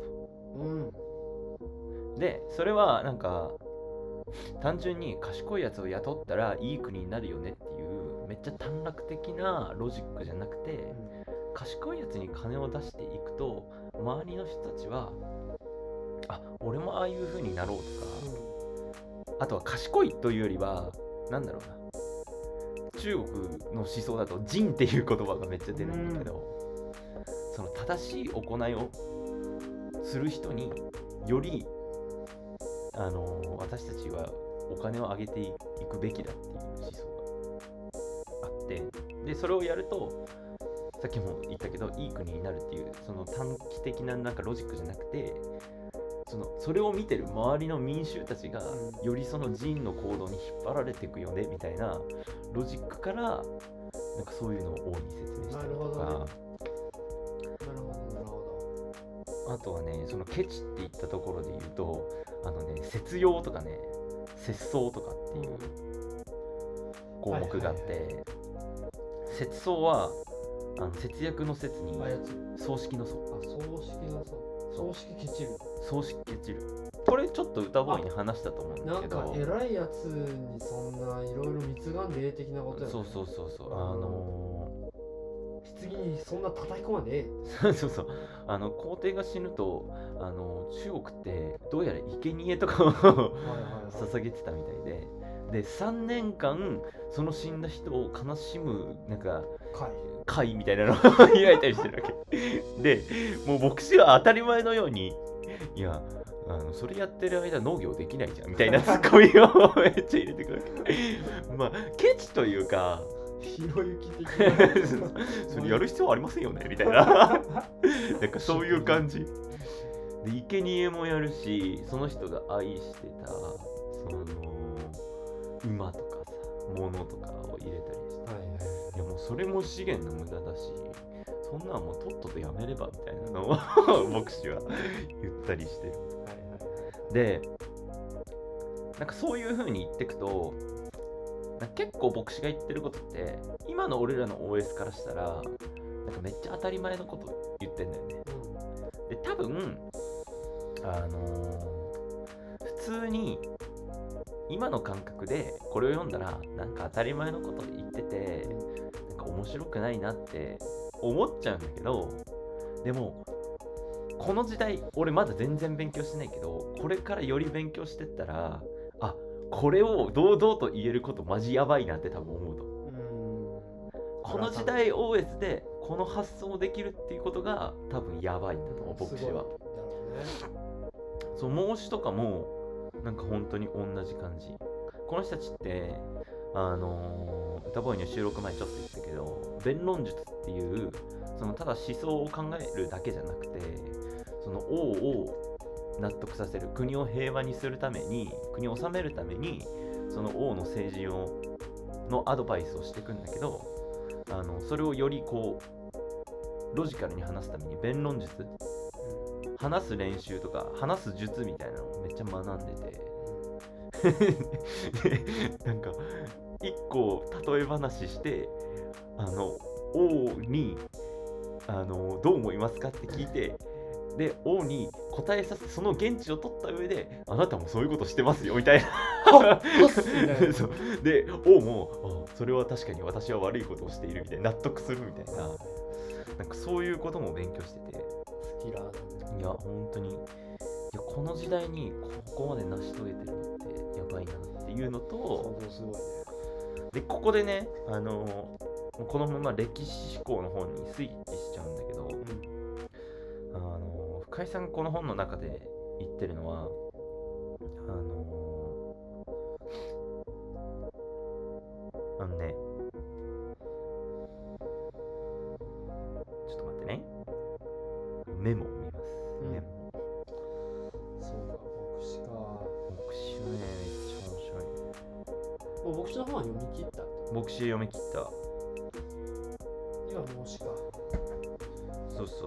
A: うん、でそれはなんか単純に賢いやつを雇ったらいい国になるよねっていうめっちゃ短絡的なロジックじゃなくて、うん、賢いやつに金を出していくと周りの人たちはあ俺もああいう風になろうとか、うん、あとは賢いというよりはなんだろうな中国の思想だと仁っていう言葉がめっちゃ出るんだけど、うん、その正しい行いをする人によりあのー、私たちはお金を上げていくべきだっていう思想があってでそれをやるとさっきも言ったけどいい国になるっていうその短期的ななんかロジックじゃなくてそのそれを見てる周りの民衆たちがよりその寺院の行動に引っ張られていくよねみたいなロジックからなんかそういうのを王に説明したりとか。
B: なるほどね。なるほどなるほ
A: ど。あとはねそのケチって言ったところで言うとあのね節用とかね節操とかっていう項目があって、はいはいはい、節操はあの節約の節に葬式の葬
B: あ葬式の葬葬式ケチる
A: 葬式ケチるこれちょっと歌ボーイに話したと思うんだけど
B: なんか偉いやつにそんないろいろ貢がんでえ的なことやね。
A: そうそうそうそうあの
B: ー、棺にそんな叩き込まんでえ
A: そうそうそうあの皇帝が死ぬとあの中国ってどうやら生贄とかを捧げてたみたいででさんねんかんその死んだ人を悲しむなんか会みたいなのを開いたりしてるわけでもう牧師は当たり前のようにいやあのそれやってる間農業できないじゃんみたいなツッコミをめっちゃ入れてくるわけまあケチというか
B: ひろゆき的な
A: それやる必要ありませんよねみたいななんかそういう感じで生贄もやるしその人が愛してたその馬とかさ物とかを入れたりして、はいはい、いやもうそれも資源の無駄だしそんなのもうとっととやめればみたいなのを牧師は言ったりしてる、はいはい、でなんかそういう風に言ってくと結構牧師が言ってることって今の俺らの オーエス からしたらなんかめっちゃ当たり前のこと言ってんだよね、うん、で多分あのー、普通に今の感覚でこれを読んだらなんか当たり前のこと言っててなんか面白くないなって思っちゃうんだけどでもこの時代俺まだ全然勉強してないけどこれからより勉強してったらあこれを堂々と言えることマジやばいなって多分思うとうんこの時代 オーエス でこの発想できるっていうことが多分やばいんだと思う牧師は、ね、そう孟子とかもなんか本当に同じ感じこの人たちってあのー、歌ボーイの収録前ちょっと言ったけど弁論術っていうそのただ思想を考えるだけじゃなくてその王を納得させる国を平和にするために国を治めるためにその王の政治をのアドバイスをしていくんだけどあのそれをよりこうロジカルに話すために弁論術話す練習とか話す術みたいなのをめっちゃ学んでてでなんか一個例え話してあの王にあのどう思いますかって聞いて、で王に答えさせてその現地を取った上であなたもそういうことしてますよみたいなそうで王もあそれは確かに私は悪いことをしているみたいな納得するみたいな、なんかそういうことも勉強してて、
B: スキラー、
A: いや本当にいやこの時代にここまで成し遂げてるのってやばいなっていうのと、
B: すごいね。
A: でここでねあのこのまま歴史思考の方にスイッチしちゃうんだけど、うん、あの深井さんこの本の中で言ってるのはあのあのねちょっと待ってね、メモを見ます、うん、メモ。
B: そうか、牧師か。
A: 牧師はねめっちゃ面白いね。
B: もう牧師の本は読み切った。
A: 牧師読み切った。
B: 今孟子か。
A: そうそうそう、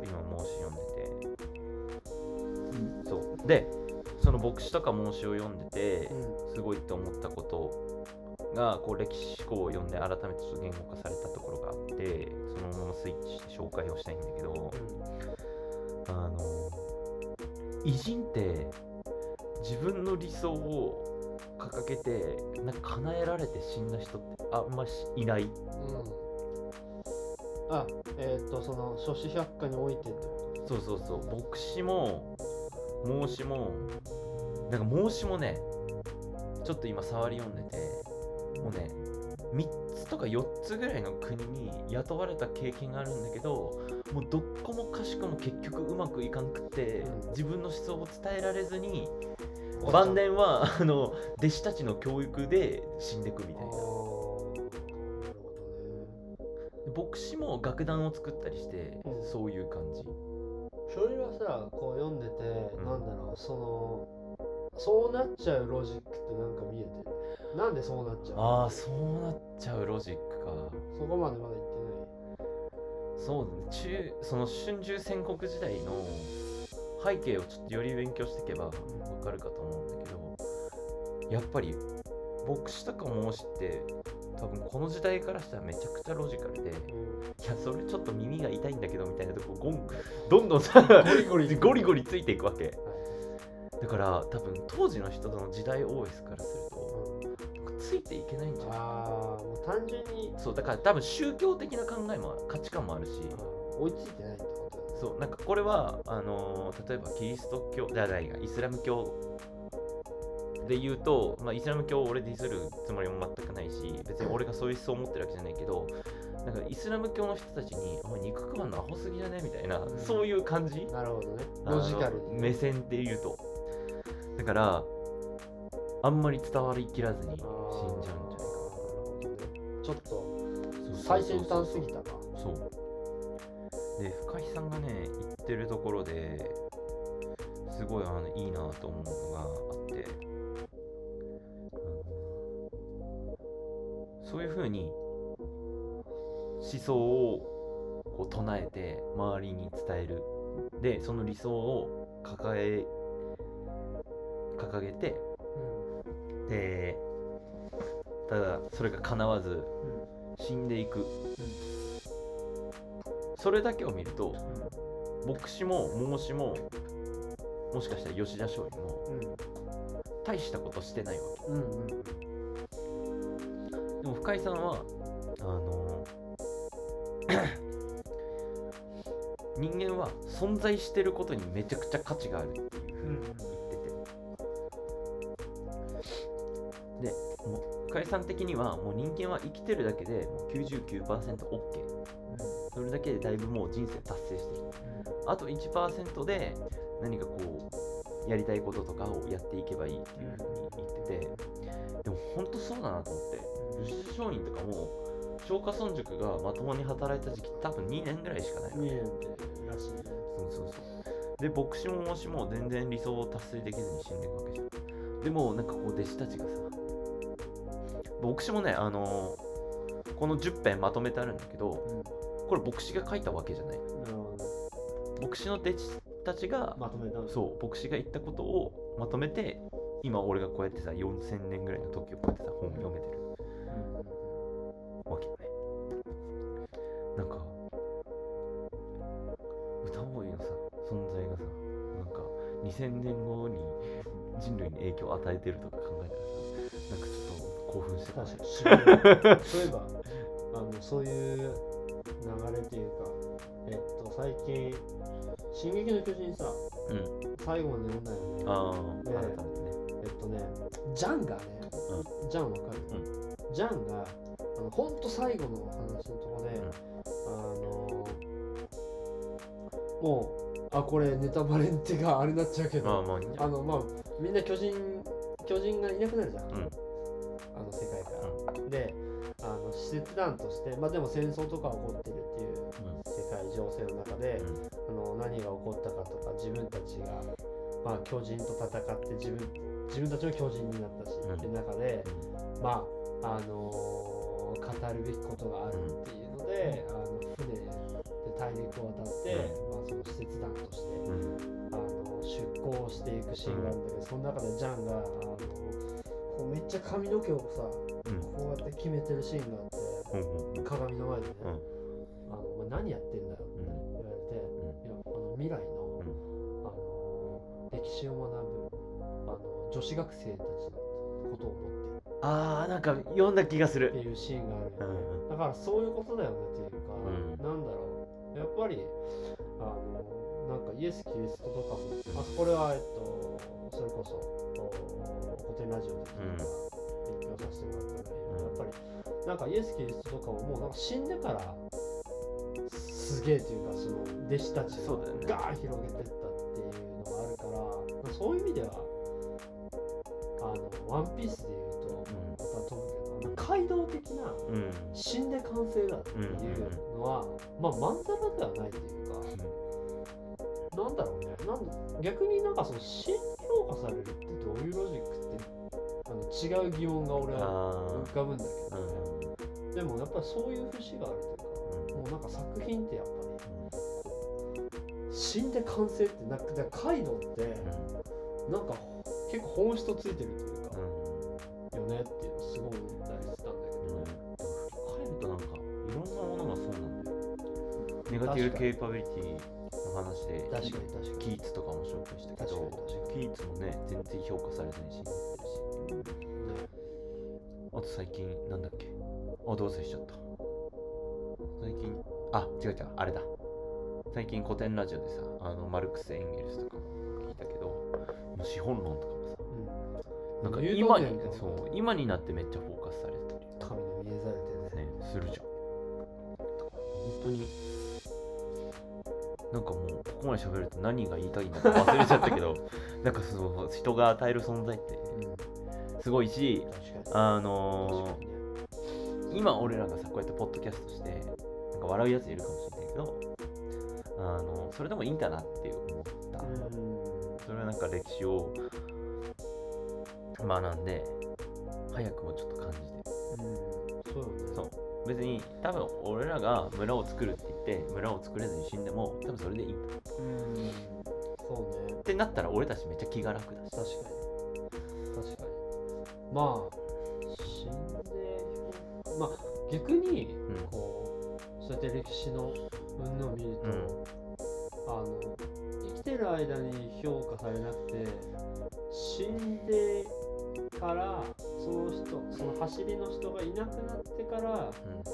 A: 今孟子読んでて、うん、そうでその牧師とか孟子を読んでて、うん、すごいって思ったことがこう歴史思考を読んで改めてちょっと言語化されたところがあって、そのままスイッチして紹介をしたいんだけど、うん、あの偉人って自分の理想を掲げてなんか叶えられて死んだ人ってあんましいない、うん、
B: あ、えっ、ー、とその諸子百科においてってこ
A: と。そうそうそう、牧師も孟子もなんか孟子もねちょっと今触り読んでて、もうねみっつとかよっつぐらいの国に雇われた経験があるんだけど、もうどっこもかしこも結局うまくいかんくって、うん、自分の思想を伝えられずに晩年はあの弟子たちの教育で死んでくみたいな。牧師も楽団を作ったりして、うん、そういう感じ。
B: それはさこう読んでて、うん、なんだろう、そのそうなっちゃうロジックってなんか見えてる。なんでそうなっちゃう。
A: ああ、そうなっちゃうロジックか。
B: そこまでまだ言って
A: ない。そうね、中その春秋戦国時代の背景をちょっとより勉強していけばわかるかと思うんだけど、やっぱり牧師とか孟子って多分この時代からしたらめちゃくちゃロジカルで、うん、いやそれちょっと耳が痛いんだけどみたいなとこゴンどんどんさゴリゴリゴリゴリついていくわけ。だから多分当時の人の時代 オーエス からすると、うん、ついていけないんじゃない。
B: ああ、もう単純に
A: そうだから多分宗教的な考えも価値観もあるし、
B: 追いついてないってことだね。
A: そうなんかこれはあのー、例えばキリスト教じゃないがイスラム教で言うと、まあ、イスラム教を俺ディスるつもりも全くないし、別に俺がそういう思想を持ってるわけじゃないけど、なんかイスラム教の人たちにあ肉食わんのアホすぎじゃねみたいな、うん、そういう感じ。
B: なるほどね、ロジカルに、
A: ね、目線で言うとだからあんまり伝わりきらずに死んじゃうんじゃないかな。
B: ちょっと最先端すぎたな。
A: そうで深井さんがね言ってるところですごいあのいいなと思うのがあって、そういう風に思想をこう唱えて周りに伝える。でその理想を掲げ掲げて、うん、でただそれが叶わず、うん、死んでいく、うん、それだけを見ると、うん、牧師も孟子ももしかしたら吉田松陰も、うん、大したことしてないわけ、うんうん、でも深井さんはあの人間は存在してることにめちゃくちゃ価値があるっていうふうに言ってて、うん、でもう深井さん的にはもう人間は生きてるだけでもう きゅうじゅうきゅうパーセントオーケー、うん、それだけでだいぶもう人生達成してる、うん、あと いちパーセント で何かこうやりたいこととかをやっていけばいいっていうふうに言ってて、でも本当そうだなと思って、吉田松陰とかも松下村塾がまともに働いた時期多分にねんぐらいしかないの。
B: にねんってらしいね。
A: そうそうそう。で牧師も孟子も全然理想を達成できずに死んでいくわけじゃん。でもなんかこう弟子たちがさ、牧師もねあのー、このじゅっぺんまとめてあるんだけど、うん、これ牧師が書いたわけじゃない。牧師の弟子たちが
B: まとめた。
A: そう牧師が言ったことをまとめて今俺がこうやってさよんせんねんぐらいの時をこうやってさ本読めてる、うん、わけよね。なんか歌ボーイのさ存在がさなんかにせんねんごに人類に影響を与えてるとか考えたらさなんかちょっと興奮してた。
B: 確かにそういえばあのそういう流れというかえっと最近進撃の巨人さ、うん、最後まで読んだよね。ああ、で、ね、えっとねジャンがね、うん、ジャンわかる、うん、ジャンがあのほんと最後の話のところで、うん、あのもうあこれネタバレってかあれになっちゃうけど、まあまあ、あのまあみんな巨人巨人がいなくなるじゃん、うん、あの世界から、うん、であの使節団としてまあでも戦争とか起こってるっていう世界情勢の中で、うん、あの何が起こったかとか自分たちが、まあ、巨人と戦って自分自分たちも巨人になったし、うん、っていう中で、うん、まああのー、語るべきことがあるっていうので、うん、あの船で大陸を渡って、うんまあ、その使節団として、うん、あの出港していくシーンがあるんだけど、その中でジャンがあのこうめっちゃ髪の毛をさ、うん、こうやって決めてるシーンがあって、うん、鏡の前でね、うん、あのお前何やってんだよって言われて、うん、いやあの未来の、うん、あの歴史を学ぶあの女子学生たちのことを思って
A: あーなんか読んだ気がする
B: っていうシーンがあるよね、うん、だからそういうことだよねっていうか、うん、なんだろうやっぱりあのなんかイエス・キリストとかも、うん、あこれはえっとそれこそ古典ラジオで勉強させてもらったんだけど、うん、やっぱりなんかイエス・キリストとかももうなんか死んでからすげえというかその弟子たちがガーン広げてったっていうのがあるから、そういう意味ではあのワンピースで言うと、うん、また飛ぶけど街道的な死んで完成だっていうのは、うん、まあまんざらではないというか、うん、なんだろうねなん逆になんかその死んで評価されるってどういうロジックってあの違う疑問が俺は浮かぶんだけどね、うん、でもやっぱりそういう節があるというか、うん、もうなんか作品ってやっぱり、うん、死んで完成ってなんかカイドウって、うん、なんか結構本質ついてるというか、うん、よねっていうのすごい思ったりしたんだけどね。
A: 振り返るとなんかいろんなものがそうなんだよ。ネガティブケイパビリティの話で
B: 確かに確かに
A: キーツとかも紹介したけど、キーツもね全然評価されずに死んでるし、うん、あと最近なんだっけあどうせしちゃった最近あ違う違うあれだ最近古典ラジオでさあのマルクス・エンゲルスとかも聞いたけど資本論とかもさ、うん、なんか今にそう今になってめっちゃフォーカスされてる
B: 神の見えざれてね
A: ねするじゃん本当になんかもうここまで喋ると何が言いたいんだか忘れちゃったけどなんかその人が与える存在ってすごいし、うん、あのー、今俺らがさこうやってポッドキャストしてなんか笑うやついるかもしれないけどあのそれでもいいんだなって思った、うん、それはなんか歴史を学んで早くもちょっと感じてる、
B: うん、そうよね
A: そう別に多分俺らが村を作るって言って村を作れずに死んでも多分それでいいんだうん
B: そうね
A: ってなったら俺たちめっちゃ気が楽だし
B: 確かに確かにまあ死んでまあ逆にこう、うん、そうやって歴史の云々を見ると、うん、あの生きてる間に評価されなくて死んでからその人その走りの人がいなくなってから、うん、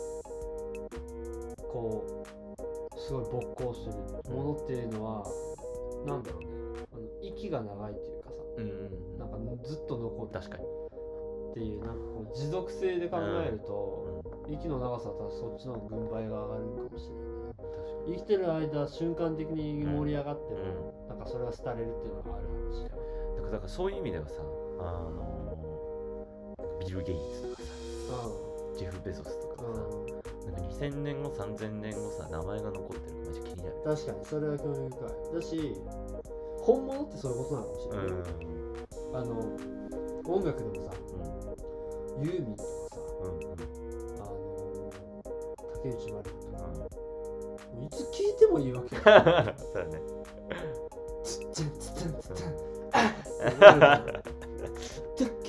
B: こうすごい勃興するものっていうのは、うん、なんだろうねあの息が長いっていうかさ、うんうん、なんかずっと残る
A: 確かに
B: っていうなんかこう持続性で考えると、うん、息の長さはそっちの軍配が上がるかもしれない生きてる間瞬間的に盛り上がっても、うん、なんかそれは廃れるっていうのがある話だよ
A: だからだからそういう意味ではさあのビル・ゲイツとかさ、うん、ジェフ・ベゾスとかさ、うん、なんかにせんねんごさんぜんねんごさ名前が残ってるのがめっちゃ気になる
B: 確かにそれは興味深いだし本物ってそういうことなのかもしれない、うん、あの音楽でもさ、うん、ユーミンとかさ、うんうん、あの竹内まりやとか、うん、いつ聴いてもいいわけよ
A: そうだね
B: つっちゃんつっちゃんつっちゃんあっ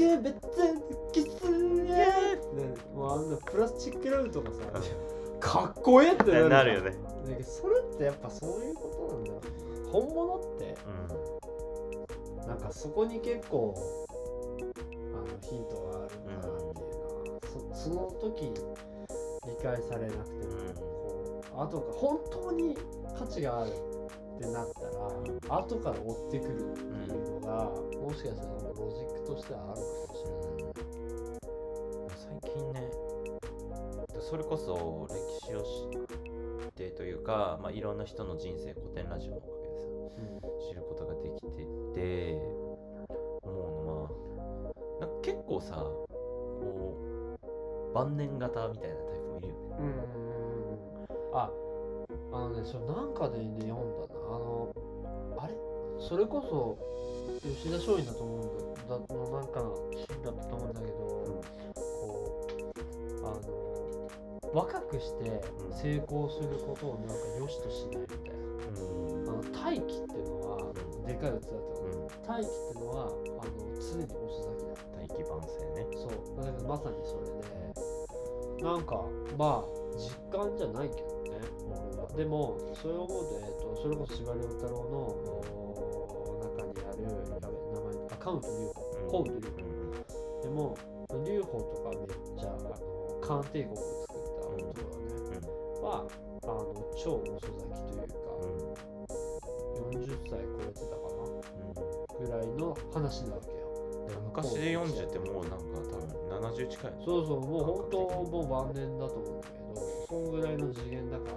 B: 特別キスね、もうあんなプラスチックラブとかさかっこええってなる
A: なるよね。
B: それってやっぱそういうことなんだよ。本物って、うん、なんかそこに結構あのヒントがあるんだなっていうのは、うん、そ, その時理解されなくても、うん、こう後が本当に価値があるってなったら、後から追ってくるっていうのが、うん、もしかしたらロジックとしてはあるかもしれない。
A: 最近ね、それこそ歴史を知ってというか、まあ、いろんな人の人生古典ラジオのおかげでさ、うん、知ることができてて思うのは、なんか結構さ、こう晩年型みたいなタイプもいるよね。
B: うんうんうん。あ、あのね、それなんかで、ね、読んだな。あのあれそれこそ吉田松陰だと思うんだだのなんかのシーンだったと思うんだけど、うん、こうあの若くして成功することをなんか良しとしないみたいな、うん、あの大気っていうのは、うん、でかいやつだと思う、うん、大気っていうのはあの常に遅咲きだ。
A: 大気晩成ね。
B: そうだからまさにそれで、なんかまあ実感じゃないけどね俺は。でもそれを思うと、えー、とそれこそ司馬遼太郎の中にあるやべ名前アカウント劉邦、コウと劉邦、でも劉邦とかめっちゃあの漢帝国を作ったところね、うん、はあの超遅咲きというか、うん、よんじゅっさい超えてたかな、うん、ぐらいの話なわけよ。
A: 昔でよんじゅうってもうなんか多分ななじゅう近い。
B: そうそう、もう本当もう晩年だと思うんだけど、そんぐらいの次元だから、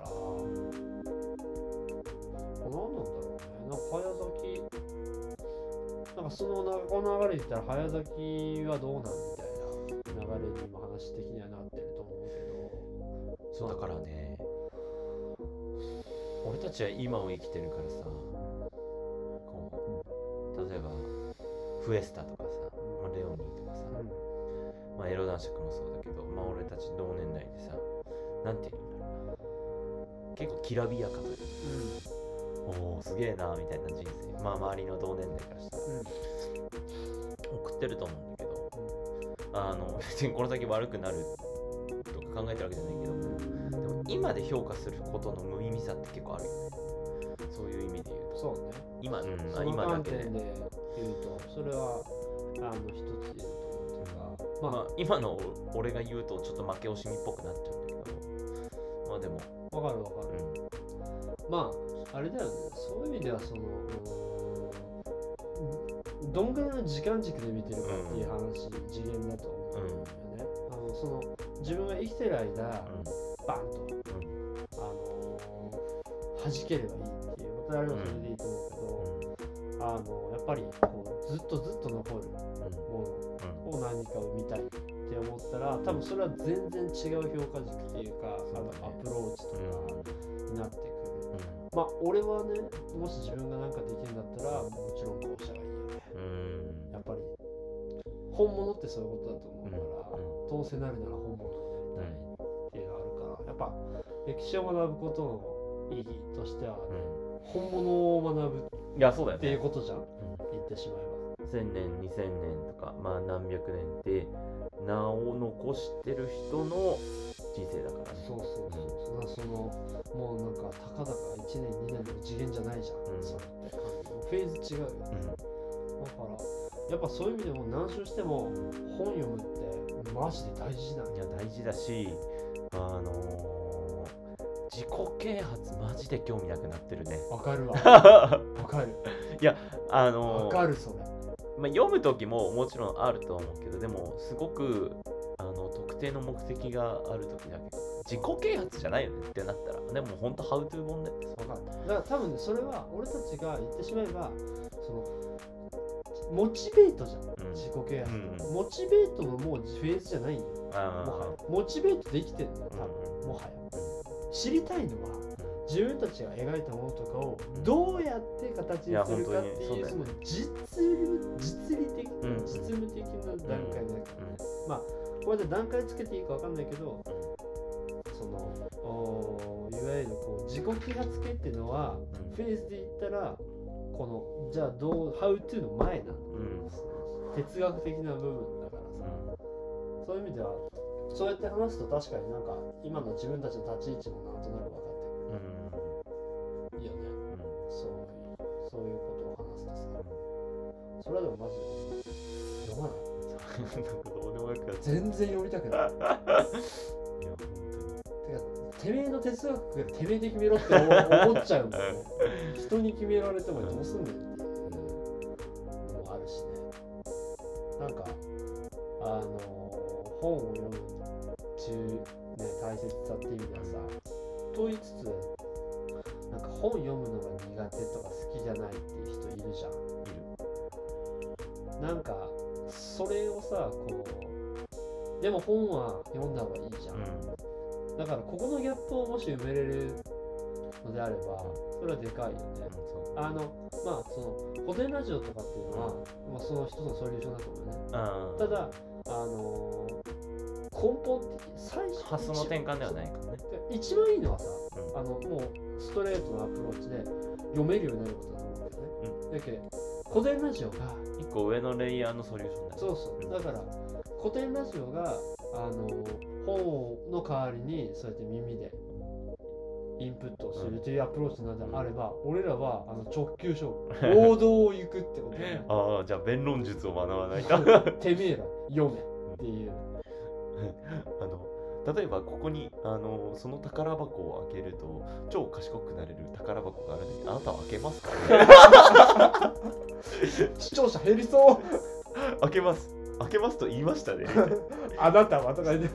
B: 何なんだろうね。なんか早咲き、なんかそのこの流れで言ったら早咲きはどうなんみたいな流れにも話的にはなってると思うけど。
A: そうだからね、俺たちは今を生きてるからさ、こう例えばフエスタとかさ、まあ、レオニーとかさ、うん、まあエロ男爵もそうだけど、まあ俺たち同年代でさ、なんていうんだろうな、結構きらびやかというか、うん、おおすげえなみたいな人生、まあ周りの同年代からしたら、うん、送ってると思うんだけど、うん、あの別にこの先悪くなるとか考えてるわけじゃないけど、でも今で評価することの無意味さって結構あるよね。そういう意味で言うと、
B: そうね、
A: 今、うん、
B: その観点で言うと、それはあの一つ言えると思うというか、
A: まあ、まあ、今の俺が言うとちょっと負け惜しみっぽくなっちゃうんだけど、まあでも
B: わかるわかる、うん、まああれだよね、そういう意味ではそのどんぐらいの時間軸で見てるかっていう話、うん、次元だと思うんだよね、うん、あのその自分が生きてる間、うん、バンと、うん、あのー、弾ければいいっていう、またあれはそれでいいと思うけど、うん、あのやっぱりこうずっとずっと残るものを何かを見たいって思ったら、多分それは全然違う評価軸っていうか、あのアプローチとかになってくる、うん、まあ俺はね、もし自分が何かできるんだったらもちろん後者がいいよね、うん、やっぱり本物ってそういうことだと思うから、うん、どうせなるなら本物になりたいっていうのがあるから、やっぱ歴史を学ぶことの意義としては、ね、うん、本物を学ぶっていうことじゃん、うん、言ってしまえば
A: せんねんにせんねんとか、まあ何百年で名を残してる人の人生だからね。
B: そうそうそう、うん、そのもうなんかたかだかいちねんにねんの次元じゃないじゃん、うん、それってフェーズ違うよ、うん、だからやっぱそういう意味でも何周しても本読むってマジで大事なん
A: や。いや大事だし、あのー、自己啓発マジで興味なくなってるね。
B: わかるわわかる。
A: いやあのー、
B: わかるそれ。
A: まあ、読む時ももちろんあると思うけど、でもすごくあの特定の目的がある時だけど、自己啓発じゃないよねってなったら、でも本当ハウトゥー本だよね。
B: わかる。だから多分ね、それは俺たちが言ってしまえばそのモチベートじゃん、うん、自己啓発、うん、モチベートのもうフェーズじゃないんよ、もはやモチベートできてるんだよ多分、うん、もはや、うん、知りたいのは自分たちが描いたものとかをどうやって形にするかっていう、その実務実利的な、うん、実務的な段階だからね、うん、まあこれで段階つけていいか分かんないけど、そのいわゆるこう自己啓発系っていうのは、うん、フェーズで言ったらこのじゃあどう How to の前なの、うん、 哲学的な部分だからさ、うん、そういう意味ではそうやって話すと確かになんか今の自分たちの立ち位置もなんとなく分かってくる、うん、いいよね、うん、そうそういうことを話すとさ、うん、それはでもマジで読まない
A: どうでもよくなっ
B: 全然読みたくないいや本当にてかてめえの哲学がてめえで決めろって思っちゃうんだよね人に決められてもどうすんねんっていうのもあるしね。なんかあの本を読む中、ね、大切さっていう意味ではさと言いつつなんか本読むのが苦手とか好きじゃないっていう人いるじゃん。いる。なんかそれをさこうでも本は読んだ方がいいじゃん、うん、だからここのギャップをもし埋めれるのであればそれはでかいよね、うん、あのまあその古典ラジオとかっていうのは、うんまあ、その一つのソリューションだと思うね、うん、ただあのー、根本的最初
A: 発想の転換ではないからね。
B: 一番いいのはさ、うん、あのもうストレートなアプローチで読めるようになることだと思うけどね、うん、だけど古典ラジオが
A: 一個上のレイヤーのソリューションだ、ね、
B: そうそう、うん、だから古典ラジオがあの本の代わりにそうやって耳でインプットをするというアプローチなのであれば、うん、俺らはあの直球勝負王道を行くってことね
A: ああじゃあ弁論術を学ばないと
B: てめえら読めっていう
A: あの例えばここにあのその宝箱を開けると超賢くなれる宝箱があるのにあなたは開けますかね
B: 視聴者減りそう
A: 開けます開けますと言いましたね
B: あなたはとか言って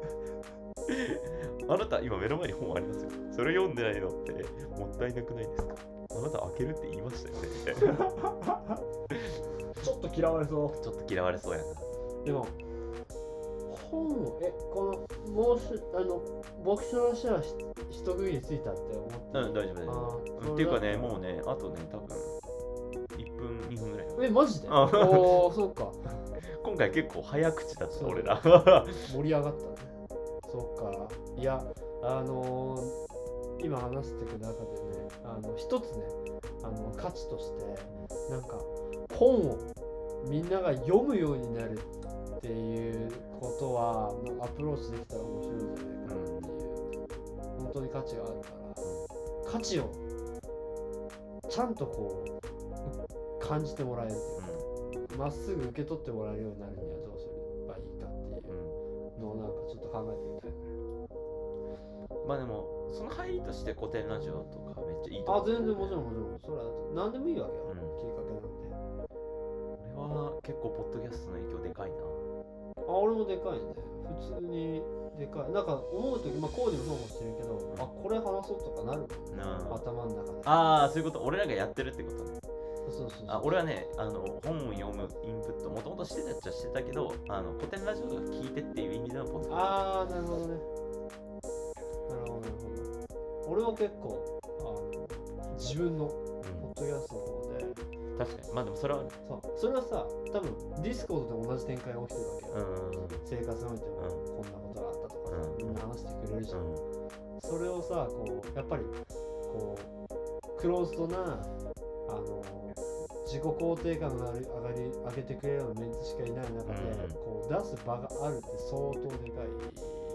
A: あなた今目の前に本ありますよそれ読んでないのってもったいなくないですかあなた開けるって言いましたよねみたいな
B: ちょっと嫌われそう
A: ちょっと嫌われそうやな。
B: でも本をえこのもうしあの牧師の話は一区切りついたって思って
A: うん大丈夫大丈夫っていうかねもうねあとね多分いっぷんにふんぐらい
B: えマジでおおそうか
A: 今回結構早口だった俺ら
B: 盛り上がったねそうかいやあのー、今話していく中でねあの一つねあの価値としてなんか本をみんなが読むようになるっていうことはアプローチできたら面白いんじゃないかなっていう、うん、本当に価値があるから価値をちゃんとこう感じてもらえるっていうかま、うん、っすぐ受け取ってもらえるようになるにはどうすればいいかっていうのをなんかちょっと考えてみたいな。
A: まあでもその入りとして古典ラジオとかめっちゃいいと思う、
B: ね、あ全然もちろんもちろんそれは何でもいいわけよ、うん、きっかけなんで。
A: 俺は結構ポッドキャストの影響でかいな
B: あ俺もでかいね普通にでかいなんか思うときまあコーディもそうかもしれんけど、うん、あこれ話そうとかなるもんね、うん、頭の中で
A: ああそういうこと俺らがやってるってことね。
B: そうそうそう
A: あ俺はねあの本を読むインプットもともとしてたっちゃしてたけどあの古典ラジオとか聞いてっていう意味でのポッドキャスト。
B: ああなるほどねなるほどなるほど。俺は結構あの自分のポッドキャストの方で、
A: うん、確かにまあでもそれは、ね、
B: そうそれはさ多分ディスコードで同じ展開が起きてるわけよ、うん、生活においても、うん、こんなことがあったとかさ、うん、みんな話してくれるじゃん、うん、それをさこうやっぱりこうクローズドなあの自己肯定感が上がり上げてくれるようなメンツしかいない中で、うん、こう出す場があるって相当でかいよね。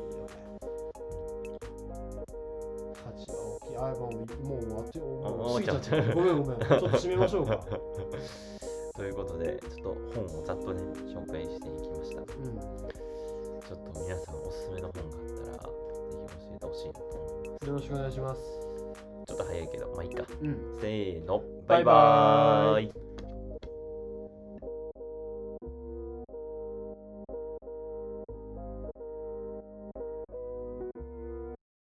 B: 価値は大きい。あ、もうもう終わってもう過ぎちゃった。ごめんごめん。ちょっと締めましょうか。
A: ということでちょっと本をざっとね紹介していきました。うん、ちょっと皆さんおすすめの本があったらぜひ教えてほしいなと思います。
B: よろしくお願いします。
A: ちょっと早いけどまあいいか。うん、せーの
B: バイバーイ。